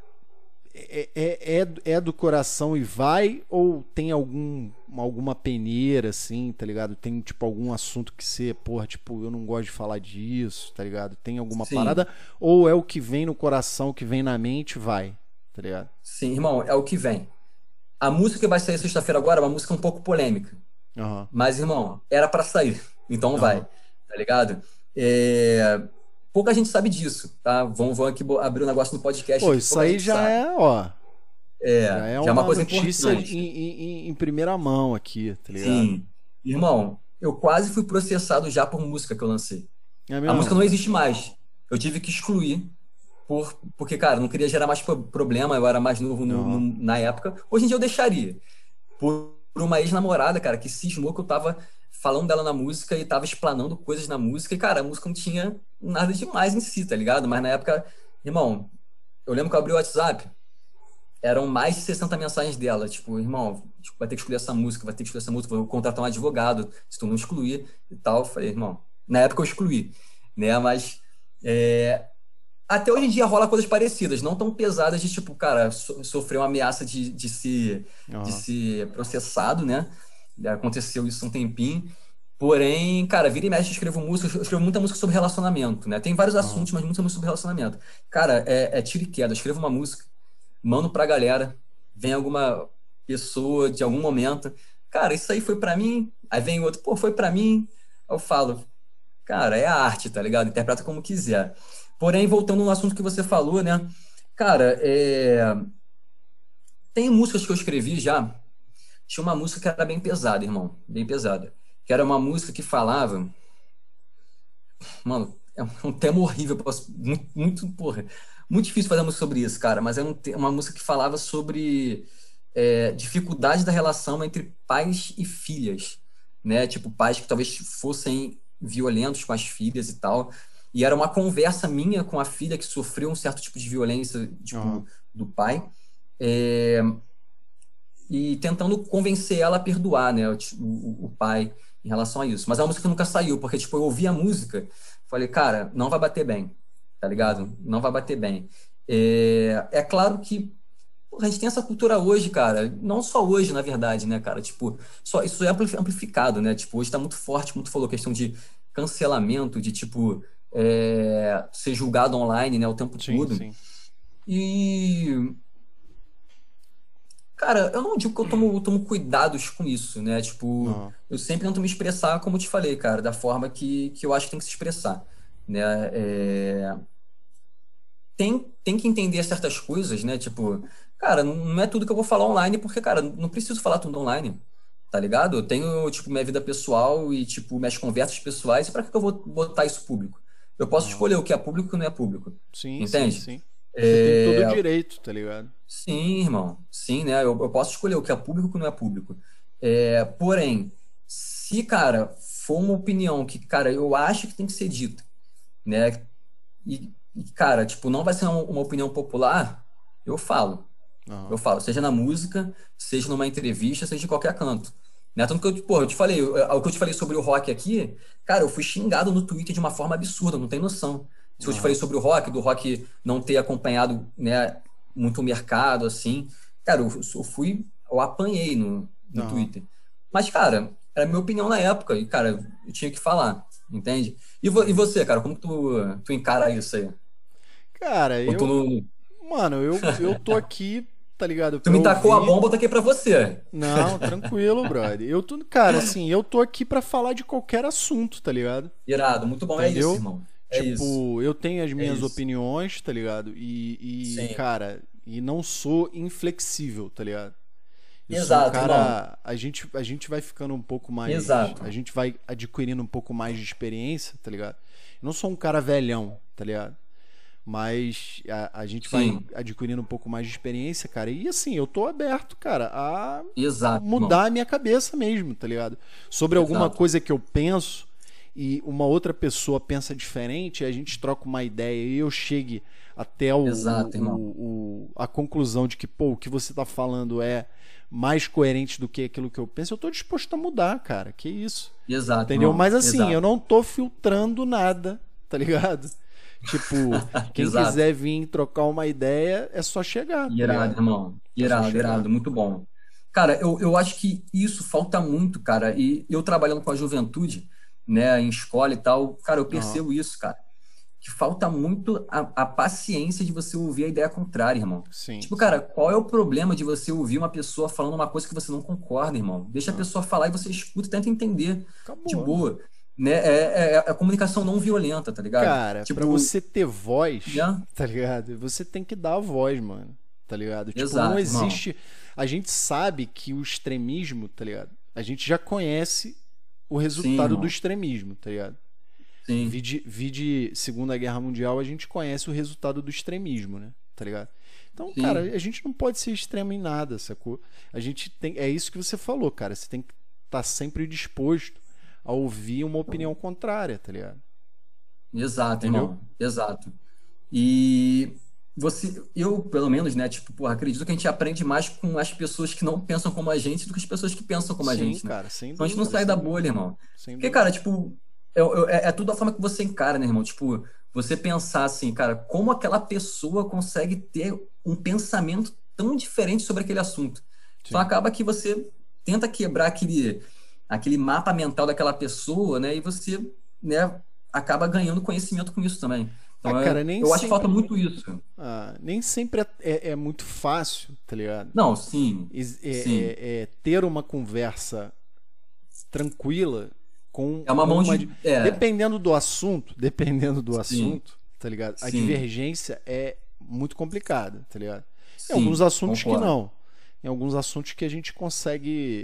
é do coração e vai, ou tem alguma peneira, assim, tá ligado? Tem, tipo, algum assunto que você, porra, tipo, eu não gosto de falar disso, tá ligado? Tem alguma Sim. parada, ou é o que vem no coração, o que vem na mente, vai, tá ligado? Sim, irmão, é o que vem. A música que vai sair sexta-feira agora é uma música um pouco polêmica. Aham, Mas, irmão, era pra sair. Então vai, aham. tá ligado? É, Pouca gente sabe disso, tá? Vão aqui abrir um negócio no podcast Pô, aqui, isso pouca aí gente já sabe. é, ó, já é Já é uma uma coisa notícia importante. em primeira mão aqui, tá ligado? Sim. Irmão, eu quase fui processado já por música que eu lancei. É A música mesmo? não existe mais. Eu tive que excluir porque, cara, não queria gerar mais problema, eu era mais novo Aham, na época. Hoje em dia eu deixaria. Por uma ex-namorada, cara, que cismou que eu tava falando dela na música e tava explanando coisas na música. E, cara, a música não tinha nada demais em si, tá ligado? Mas na época, irmão, eu lembro que eu abri o WhatsApp, eram mais de 60 mensagens dela. Tipo, irmão, tipo, vai ter que excluir essa música, vai ter que excluir essa música, vou contratar um advogado, se tu não excluir e tal. Eu falei, irmão, na época eu excluí, né? Mas é, até hoje em dia rola coisas parecidas, não tão pesadas de tipo, cara, sofrer uma ameaça de aham, ser processado, né? Aconteceu isso um tempinho. Porém, cara, vira e mexe, eu escrevo música, eu escrevo muita música sobre relacionamento, né? Tem vários aham. assuntos, mas muita música sobre relacionamento. Cara, é tiro e queda. Eu escrevo uma música, mando pra galera, vem alguma pessoa de algum momento, cara, isso aí foi pra mim. Aí vem outro, pô, foi pra mim. Eu falo, cara, é a arte, tá ligado? Interpreta como quiser. Porém, voltando no assunto que você falou, né? Cara, tem músicas que eu escrevi já. Tinha uma música que era bem pesada, irmão. Bem pesada. Que era uma música que falava. Mano, é um tema horrível. Muito, porra. Muito difícil fazer música sobre isso, cara. Mas era uma música que falava sobre dificuldade da relação entre pais e filhas. Né? Tipo, pais que talvez fossem violentos com as filhas e tal. E era uma conversa minha com a filha que sofreu um certo tipo de violência, Aham. tipo, do pai. É, e tentando convencer ela a perdoar, né, o pai em relação a isso. Mas é uma música que nunca saiu, porque, tipo, eu ouvi a música, falei, cara, não vai bater bem, tá Aham. ligado? Não vai bater bem. É claro que porra, a gente tem essa cultura hoje, cara, não só hoje, na verdade, né, cara, tipo, só isso é amplificado, né, tipo, hoje tá muito forte, muito falou, questão de cancelamento, de, tipo, ser julgado online, né, o tempo Sim, todo. sim. E cara, eu não digo que eu tomo cuidados com isso, né? Tipo, Aham. eu sempre tento me expressar, como eu te falei, cara, da forma que eu acho que tem que se expressar, né? Tem que entender certas coisas, né? Tipo, cara, não é tudo que eu vou falar online, porque, cara, não preciso falar tudo online, tá ligado? Eu tenho, tipo, minha vida pessoal e, tipo, minhas conversas pessoais, e pra que eu vou botar isso público? Eu posso Aham. escolher o que é público e o que não é público, Sim, sim, entende? sim. Você tem todo o direito, tá ligado? Sim, irmão. Sim, né? Eu posso escolher o que é público e o que não é público. Porém, se, cara, for uma opinião que, cara, eu acho que tem que ser dita, né? Cara, tipo, não vai ser uma opinião popular, eu falo. Aham. Eu falo, seja na música, seja numa entrevista, seja em qualquer canto. Né? Tanto que eu te falei, o que eu te falei sobre o rock aqui, cara, eu fui xingado no Twitter de uma forma absurda, não tem noção. Se eu te falei Aham. sobre o rock, do rock não ter acompanhado, né, muito o mercado, assim, cara, eu apanhei no Aham. Twitter. Mas, cara, era a minha opinião na época, e, cara, eu tinha que falar, entende? E você, cara, como que tu encara isso aí? Cara, Ou tu, não, mano, eu tô aqui, tá ligado? tu Pra me tacou a ouvir. bomba, eu taquei pra você. Não, tranquilo, brother. Cara, assim, eu tô aqui pra falar de qualquer assunto, tá ligado? Irado, muito bom, é isso, Entendeu? irmão. É isso, Tipo, eu tenho as é minhas isso. opiniões, tá ligado? Sim. Cara, e não sou inflexível, tá ligado? Eu sou um Exato, irmão. cara. A gente vai ficando um pouco mais. Exato. A gente vai adquirindo um pouco mais de experiência, tá ligado? Eu não sou um cara velhão, tá ligado? Mas a gente vai Sim. adquirindo um pouco mais de experiência, cara. E assim, eu tô aberto, cara, a Exato, irmão. mudar a minha cabeça mesmo, tá ligado? Sobre alguma Exato. coisa que eu penso e uma outra pessoa pensa diferente, a gente troca uma ideia e eu chegue até Exato, irmão. a conclusão de que, pô, o que você tá falando é mais coerente do que aquilo que eu penso, eu tô disposto a mudar, cara. Que isso? Exato, Entendeu? irmão. Mas assim, eu Exato. não tô filtrando nada, tá ligado? Tipo, quem Exato. quiser vir trocar uma ideia, é só chegar, tá Irado, ligado? irmão. É só Irado, chegar. irado. Muito bom. Cara, eu acho que isso falta muito, cara. E eu trabalhando com a juventude, né, em escola e tal, cara, eu Aham. percebo isso, cara. Que falta muito a paciência de você ouvir a ideia contrária, irmão. Sim, Tipo, cara, sim. qual é o problema de você ouvir uma pessoa falando uma coisa que você não concorda, irmão? Deixa a Aham. pessoa falar e você escuta e tenta entender de Acabou, mano. boa. Né? É a comunicação não violenta, tá ligado? Cara, pra Tipo, você ter voz, né? tá ligado? Você tem que dar a voz, mano. Tá ligado? Tipo, não Exato, irmão. existe. A gente sabe que o extremismo, tá ligado? A gente já conhece o Sim, resultado do irmão. extremismo, tá ligado? Sim, Vide Segunda Guerra Mundial, a gente conhece o resultado do extremismo, né? Tá ligado? Então, cara, sim. a gente não pode ser extremo em nada, sacou? A gente tem. É isso que você falou, cara. Você tem que estar sempre disposto a ouvir uma opinião contrária, tá ligado? Exato, Entendeu? irmão. Exato. E eu, pelo menos, né, tipo, porra, acredito que a gente aprende mais com as pessoas que não pensam como a gente do que as pessoas que pensam como a Sim, gente, né? cara, sem Então a gente não dúvida, sai da sem bolha, dúvida. irmão. Sem Porque, dúvida. cara, tipo, é tudo a forma que você encara, né, irmão? Tipo, você pensar assim, cara, como aquela pessoa consegue ter um pensamento tão diferente sobre aquele assunto. Então Sim. acaba que você tenta quebrar aquele mapa mental daquela pessoa, né? E você, né, acaba ganhando conhecimento com isso também. Ah, Então, cara, nem eu acho que falta sempre. muito isso. Nem sempre é muito fácil, tá ligado? Não, sim, sim. Ter uma conversa tranquila É uma com mão uma. de. Dependendo do Sim, assunto, tá ligado? A sim, divergência é muito complicada, tá ligado? Em alguns sim, assuntos que concordo. não. Em alguns assuntos que a gente consegue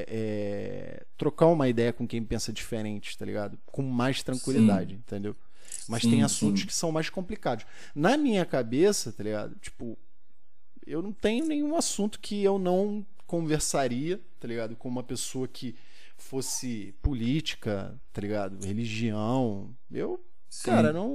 trocar uma ideia com quem pensa diferente, tá ligado? Com mais tranquilidade, Sim, entendeu? Mas tem sim, assuntos sim. que são mais complicados. Na minha cabeça, tá ligado? Tipo, eu não tenho nenhum assunto que eu não conversaria, tá ligado? Com uma pessoa que fosse política, tá ligado? Religião. Cara, Sim,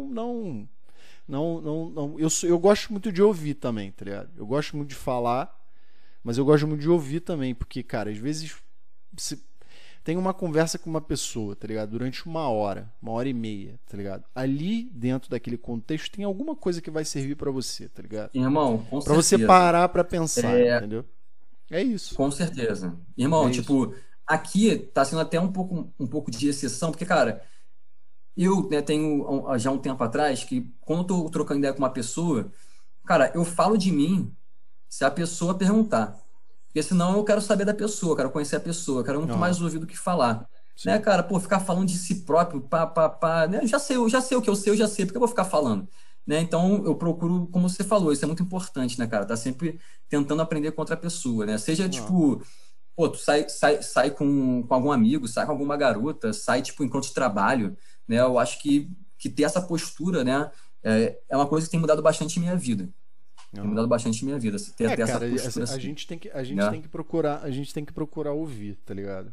não. Eu gosto muito de ouvir também, tá ligado? Eu gosto muito de falar, mas eu gosto muito de ouvir também, porque, cara, às vezes você tem uma conversa com uma pessoa, tá ligado? Durante uma hora e meia, tá ligado? Ali, dentro daquele contexto, tem alguma coisa que vai servir pra você, tá ligado? irmão, com Pra você certeza. parar pra pensar, É, entendeu? É isso. com certeza. É Irmão, isso. tipo, aqui tá sendo até um pouco de exceção, porque, cara, eu, né, tenho já um tempo atrás que, quando eu tô trocando ideia com uma pessoa, cara, eu falo de mim se a pessoa perguntar. Porque senão eu quero saber da pessoa, eu quero conhecer a pessoa, eu quero muito Aham. mais ouvir do que falar. Né, Sim. cara, pô, ficar falando de si próprio, pá, pá, pá, né? Eu já sei o que eu sei, eu já sei, porque eu vou ficar falando. Né? Então eu procuro, como você falou, isso é muito importante, né, cara? Tá sempre tentando aprender com outra pessoa, né? Seja Não. tipo, pô, tu sai com algum amigo, sai com alguma garota, sai, tipo, em encontro de trabalho, né? Eu acho que ter essa postura, né, é uma coisa que tem mudado bastante em minha vida. Tem mudado bastante minha vida. Ter essa cara, postura a assim, gente tem que, a gente né? tem que procurar, a gente tem que procurar ouvir, tá ligado?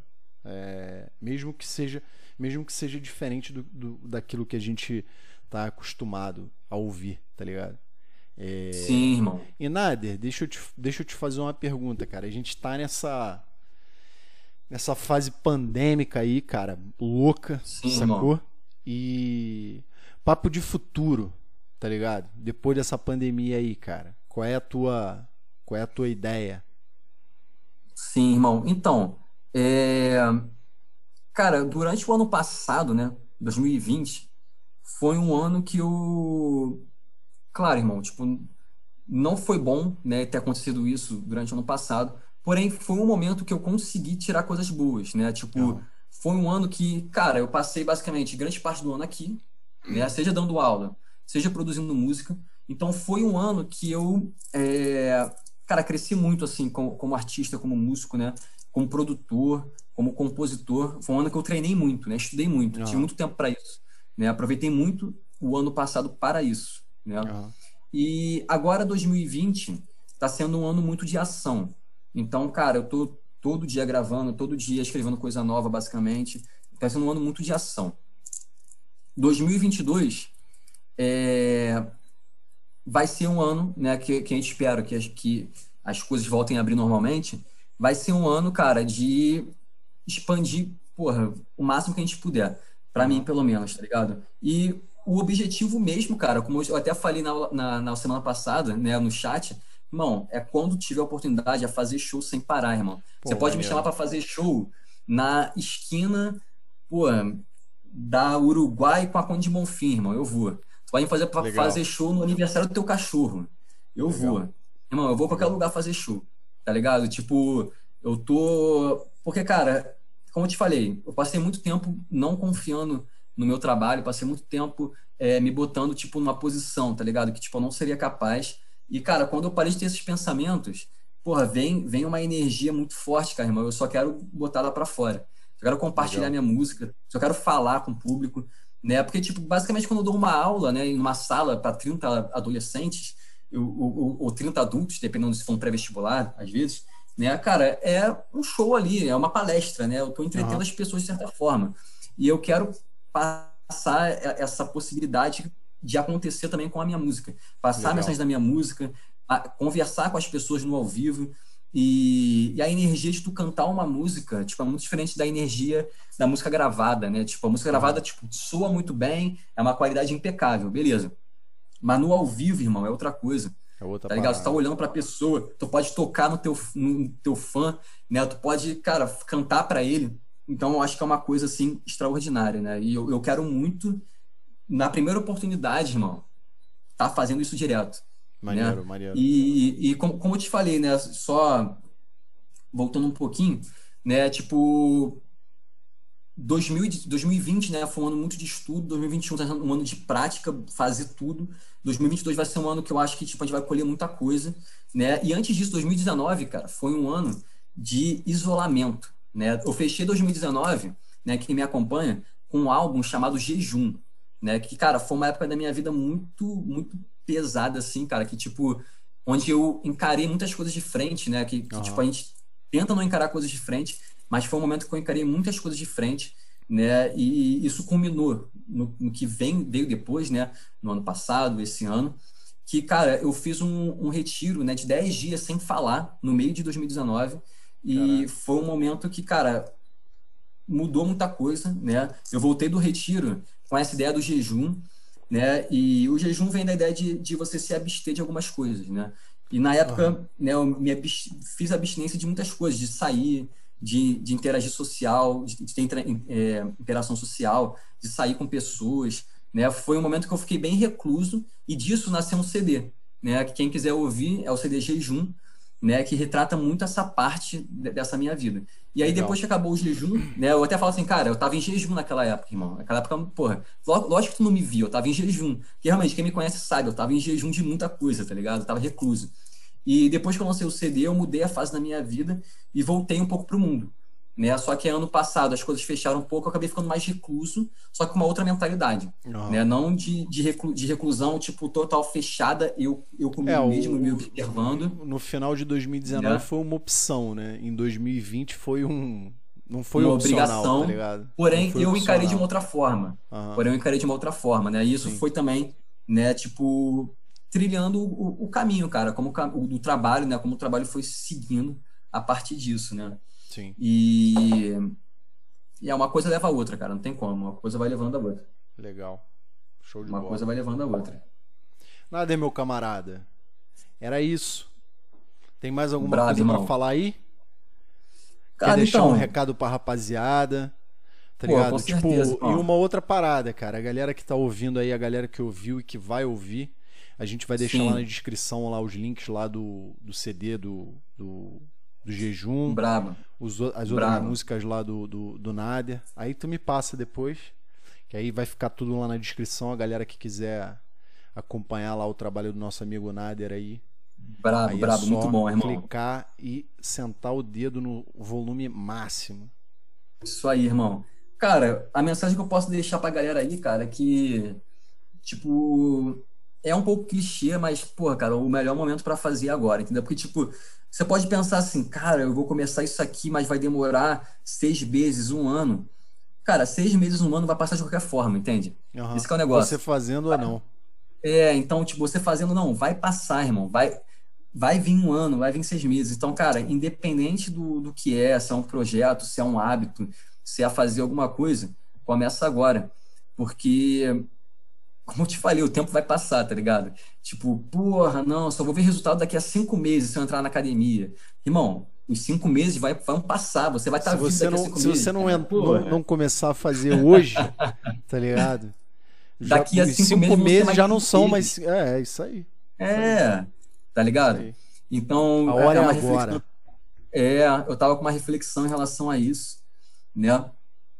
Mesmo que seja diferente daquilo que a gente tá acostumado a ouvir, tá ligado? Sim, irmão. E Nader, deixa eu te fazer uma pergunta, cara. A gente tá nessa fase pandêmica aí, cara, louca, Sim, sacou? irmão. E papo de futuro, tá ligado? Depois dessa pandemia aí, cara, qual é a tua ideia? Sim, irmão. Então, é, cara, durante o ano passado, né, 2020, foi um ano que eu, claro, irmão, tipo, não foi bom, né, ter acontecido isso durante o ano passado, porém foi um momento que eu consegui tirar coisas boas, né? Tipo, Aham. foi um ano que, cara, eu passei basicamente grande parte do ano aqui, né, seja dando aula, seja produzindo música. Então foi um ano que eu, cara, cresci muito assim como artista, como músico, né, como produtor, como compositor. Foi um ano que eu treinei muito, né, estudei muito, tive Aham. muito tempo para isso, né? Aproveitei muito o ano passado para isso, né? Aham. E agora 2020 está sendo um ano muito de ação. Então, cara, eu tô todo dia gravando, todo dia escrevendo coisa nova, basicamente. Está sendo um ano muito de ação. 2022 vai ser um ano, né, que a gente espera que as coisas voltem a abrir normalmente. Vai ser um ano, cara, de expandir, porra, o máximo que a gente puder. Pra mim, Aham. pelo menos, tá ligado? E o objetivo mesmo, cara, como eu até falei na semana passada, né, no chat, irmão, é quando tiver oportunidade a fazer show sem parar, irmão. Você Pô, pode me chamar maneiro. pra fazer show na esquina, pô, da Uruguai com a Conde de Bonfim, irmão. Eu vou. Tu pode me fazer pra Legal. fazer show no aniversário do teu cachorro. Eu Legal. vou. Irmão, eu vou a qualquer Legal. lugar fazer show. Tá ligado? Tipo, eu tô. Porque, cara, como eu te falei, eu passei muito tempo não confiando no meu trabalho, passei muito tempo me botando, tipo, numa posição, tá ligado? Que, tipo, eu não seria capaz. E, cara, quando eu parei de ter esses pensamentos, porra, vem uma energia muito forte, cara, irmão. Eu só quero botar ela pra fora. Só quero compartilhar Legal. minha música, só quero falar com o público, né? Porque, tipo, basicamente quando eu dou uma aula, né, em uma sala para 30 adolescentes, ou 30 adultos, dependendo se for um pré-vestibular, às vezes, né, cara, é um show ali, é uma palestra, né? Eu tô entretendo Aham. as pessoas de certa forma. E eu quero passar essa possibilidade de acontecer também com a minha música. Passar a Legal. mensagem da minha música, conversar com as pessoas no ao vivo, e a energia de tu cantar uma música, tipo, é muito diferente da energia da música gravada, né? Tipo, a música gravada, Aham. tipo, soa muito bem, é uma qualidade impecável, beleza. Mas no ao vivo, irmão, é outra coisa, É outra tá ligado? Você tá parada. olhando pra pessoa, tu pode tocar no teu fã, né? Tu pode, cara, cantar pra ele. Então, eu acho que é uma coisa, assim, extraordinária, né? E eu quero muito, na primeira oportunidade, irmão, tá fazendo isso direto, né? Maneiro, maneiro. E como eu te falei, né? Só voltando um pouquinho, né? Tipo, 2020, né? Foi um ano muito de estudo. 2021 está sendo um ano de prática, fazer tudo. 2022 vai ser um ano que eu acho que tipo, a gente vai colher muita coisa, né? E antes disso, 2019, cara, foi um ano de isolamento, né? Eu fechei 2019, né? Quem me acompanha, com um álbum chamado Jejum, né? Que, cara, foi uma época da minha vida muito, muito pesada, assim, cara. Que, tipo, onde eu encarei muitas coisas de frente, né? Que tipo, a Aham. gente tenta não encarar coisas de frente, mas foi um momento que eu encarei muitas coisas de frente, né? E isso culminou no que veio depois, né? No ano passado, esse ano, que, cara, eu fiz um retiro, né? De 10 dias sem falar, no meio de 2019, e Caraca. foi um momento que, cara, mudou muita coisa, né? Eu voltei do retiro com essa ideia do jejum, né? E o jejum vem da ideia de você se abster de algumas coisas, né? E na Aham. época, né, eu fiz abstinência de muitas coisas, de sair, de interagir social, de ter interação social, de sair com pessoas, né? Foi um momento que eu fiquei bem recluso e disso nasceu um CD, né? Que quem quiser ouvir é o CD Jejum, né? Que retrata muito essa parte dessa minha vida. E aí, depois Legal. que acabou o jejum, né? Eu até falo assim, cara, eu tava em jejum naquela época, irmão. Naquela época, porra, lógico que tu não me viu, eu tava em jejum. Porque realmente, quem me conhece sabe, eu tava em jejum de muita coisa, tá ligado? Eu tava recluso. E depois que eu lancei o CD, eu mudei a fase da minha vida e voltei um pouco pro mundo, né? Só que ano passado as coisas fecharam um pouco, eu acabei ficando mais recluso, só que com uma outra mentalidade, né? Não de reclusão, tipo, total fechada, eu comigo mesmo, me observando. No final de 2019 foi uma opção, né? Em 2020 foi não foi uma opcional, obrigação, tá ligado? Porém, eu encarei de uma outra forma. Né? E isso foi também, né, tipo, trilhando o caminho, cara, como o do trabalho, né? Como o trabalho foi seguindo a partir disso, né? Sim. E uma coisa leva a outra, cara, não tem como. Uma coisa vai levando a outra. Legal. Show de bola. Uma coisa vai levando a outra. Nada, meu camarada. Era isso. Tem mais alguma coisa pra falar aí? Cara, quer deixar então, um recado pra rapaziada? Tá pô, ligado? com Tipo, certeza, e uma outra parada, cara. A galera que tá ouvindo aí, a galera que ouviu e que vai ouvir, a gente vai deixar lá na descrição lá os links lá do CD do Jejum. Brabo. As outras músicas lá do Nader. Aí tu me passa depois, que aí vai ficar tudo lá na descrição. A galera que quiser acompanhar lá o trabalho do nosso amigo Nader aí. Brabo, é só muito bom, irmão. clicar e sentar o dedo no volume máximo. Isso aí, irmão. Cara, a mensagem que eu posso deixar pra galera aí, cara, é que, tipo, é um pouco clichê, mas, porra, cara, o melhor momento pra fazer é agora, entendeu? Porque, tipo, você pode pensar assim, cara, eu vou começar isso aqui, mas vai demorar 6 meses, 1 ano. Cara, 6 meses, 1 ano vai passar de qualquer forma, entende? Esse que é o negócio. Você fazendo ou não. Então, tipo, você fazendo, não, vai passar, irmão, vai vir 1 ano, vai vir 6 meses. Então, cara, independente do que é, se é um projeto, se é um hábito, se é fazer alguma coisa, começa agora. Porque, como eu te falei, o tempo vai passar, tá ligado? Tipo, porra, não, só vou ver resultado daqui a 5 meses se eu entrar na academia. Irmão, os 5 meses vão passar, você vai estar vivo daqui a 5 meses. Se você não começar a fazer hoje, tá ligado? Daqui a 5 meses já não são, mas é isso aí. Tá ligado? Então, a hora é agora. Eu tava com uma reflexão em relação a isso, né?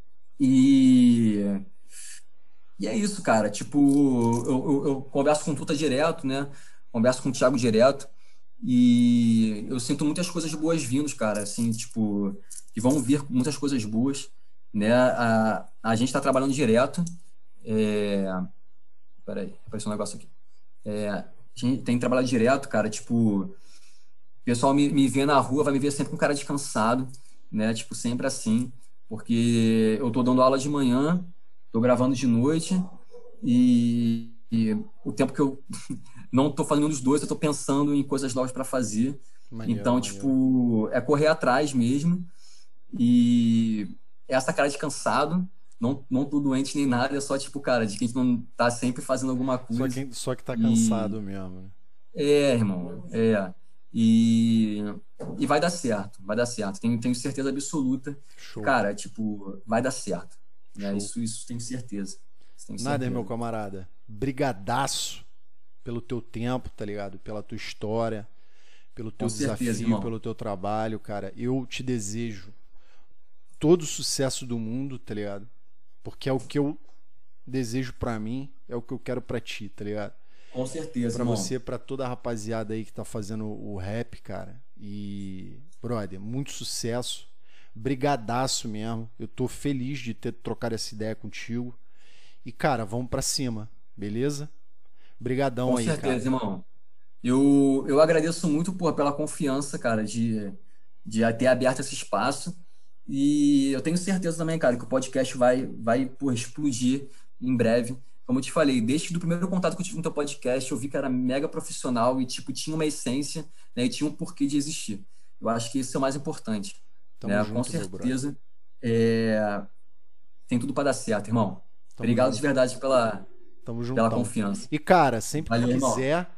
E é isso, cara. Tipo, eu converso com o Tuta direto, né? Converso com o Thiago direto. E eu sinto muitas coisas boas vindas, cara. Assim, tipo, que vão vir muitas coisas boas, né? A gente tá trabalhando direto. Peraí, apareceu um negócio aqui. A gente tem que trabalhar direto, cara. Tipo, o pessoal me vê na rua, vai me ver sempre com cara descansado, né? Tipo, sempre assim. Porque eu tô dando aula de manhã, tô gravando de noite e o tempo que eu não tô fazendo um dos dois, eu tô pensando em coisas novas para fazer. Então, tipo, é correr atrás mesmo. E essa cara de cansado, não tô doente nem nada, é só tipo, cara, de que a gente não tá sempre fazendo alguma coisa. Só que tá cansado mesmo. Irmão, E vai dar certo, vai dar certo. Tenho certeza absoluta. Show. Cara, tipo, vai dar certo. Né? Isso tenho certeza. Nada, meu camarada. Brigadaço pelo teu tempo, tá ligado? Pela tua história, pelo teu desafio, irmão. Pelo teu trabalho, cara. Eu te desejo todo o sucesso do mundo, tá ligado? Porque é o que eu desejo pra mim, é o que eu quero pra ti, tá ligado? Com certeza, pra você, pra toda a rapaziada aí que tá fazendo o rap, cara. E, brother, muito sucesso. Brigadaço mesmo. Eu tô feliz de ter trocado essa ideia contigo. E, cara, vamos pra cima, beleza? Brigadão aí, cara. Com certeza, irmão. Eu agradeço muito pela confiança, cara, de ter aberto esse espaço. E eu tenho certeza também, cara, que o podcast vai explodir em breve. Como eu te falei, desde o primeiro contato que eu tive no teu podcast, eu vi que era mega profissional e, tipo, tinha uma essência, né, e tinha um porquê de existir. Eu acho que isso é o mais importante. Né? Junto, com certeza. Tem tudo para dar certo, irmão. Obrigado de verdade pela confiança. E, cara, sempre que quiser,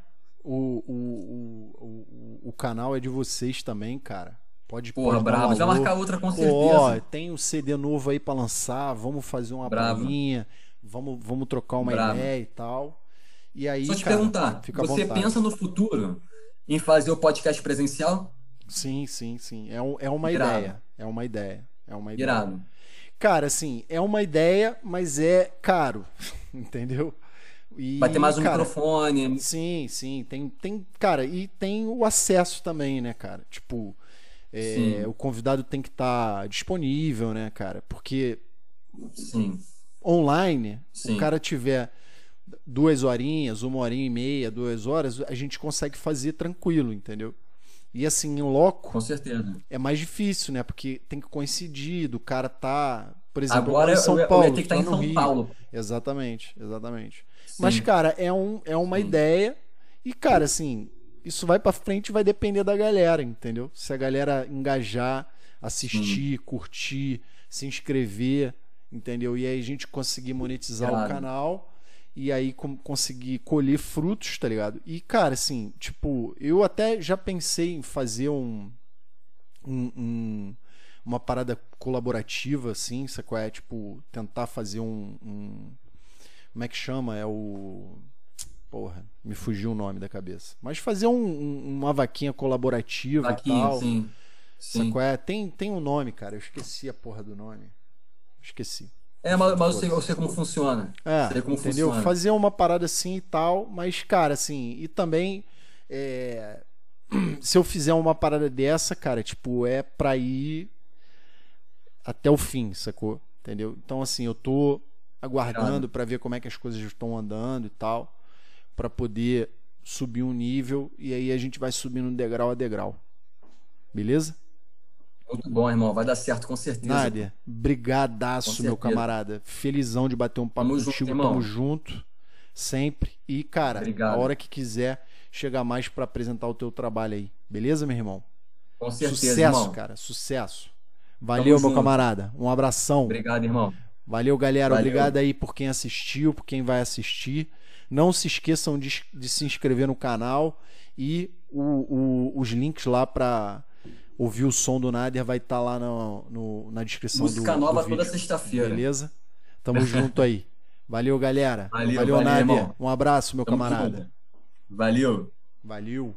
o canal é de vocês também, cara. Pode bravo. Já marcar outra com certeza. Tem um CD novo aí para lançar, vamos fazer uma palhinha. Vamos trocar uma ideia e tal. E aí, só te perguntar, você pensa no futuro em fazer o podcast presencial? Sim. É uma ideia. É uma ideia. Irado. Cara, assim, é uma ideia, mas é caro. Entendeu? Vai ter mais um microfone. Sim. Cara, e tem o acesso também, né, cara? Tipo, Sim. O convidado tem que estar disponível, né, cara? Porque Sim. online, Sim. o cara tiver 2 horinhas, 1h30, 2 horas, a gente consegue fazer tranquilo, entendeu? E assim, em loco, Com certeza. é mais difícil, né? Porque tem que coincidir, do cara tá, por exemplo, eu Agora moro em São eu ia Paulo, ter que estar tô em no São Rio. Paulo. Exatamente, exatamente. Mas, Sim. cara, é uma Sim. ideia e, cara, assim, isso vai pra frente e vai depender da galera, entendeu? Se a galera engajar, assistir, curtir, se inscrever, entendeu? E aí a gente conseguir monetizar o Irado. canal e aí conseguir colher frutos, tá ligado? E, cara, assim, tipo, eu até já pensei em fazer uma parada colaborativa, assim, sacou? É, tipo, tentar fazer como é que chama? Porra, me fugiu o nome da cabeça. Mas fazer uma vaquinha colaborativa e Vaquinha, tal. sim. Sacou? Sim. Tem um nome, cara. Eu esqueci a porra do nome. Esqueci. Mas, Enfim, mas eu foda-se. sei como funciona. Sei como Entendeu? funciona. Fazer uma parada assim e tal, mas, cara, assim, e também se eu fizer uma parada dessa, cara, tipo, é pra ir até o fim, sacou? Entendeu? Então, assim, eu tô aguardando pra ver como é que as coisas estão andando e tal, pra poder subir um nível e aí a gente vai subindo degrau a degrau. Beleza? Muito bom, irmão. Vai dar certo, com certeza. Nádia, brigadaço, Com meu certeza. camarada. Felizão de bater um papo Tamo junto, contigo. irmão. Tamo junto. Sempre. E, cara, Obrigado. a hora que quiser, chegar mais pra apresentar o teu trabalho aí. Beleza, meu irmão? Com certeza, Sucesso, irmão. cara. Sucesso. Valeu, meu junto. camarada. Um abração. Obrigado, irmão. Valeu, galera. Valeu. Obrigado aí por quem assistiu, por quem vai assistir. Não se esqueçam de se inscrever no canal e os links lá pra ouvir o som do Nader vai estar lá na descrição Música do nova vídeo. toda sexta-feira. Beleza? Tamo junto aí. Valeu, galera. Valeu, Nader. irmão. Um abraço, meu Tamo camarada. junto. Valeu. Valeu.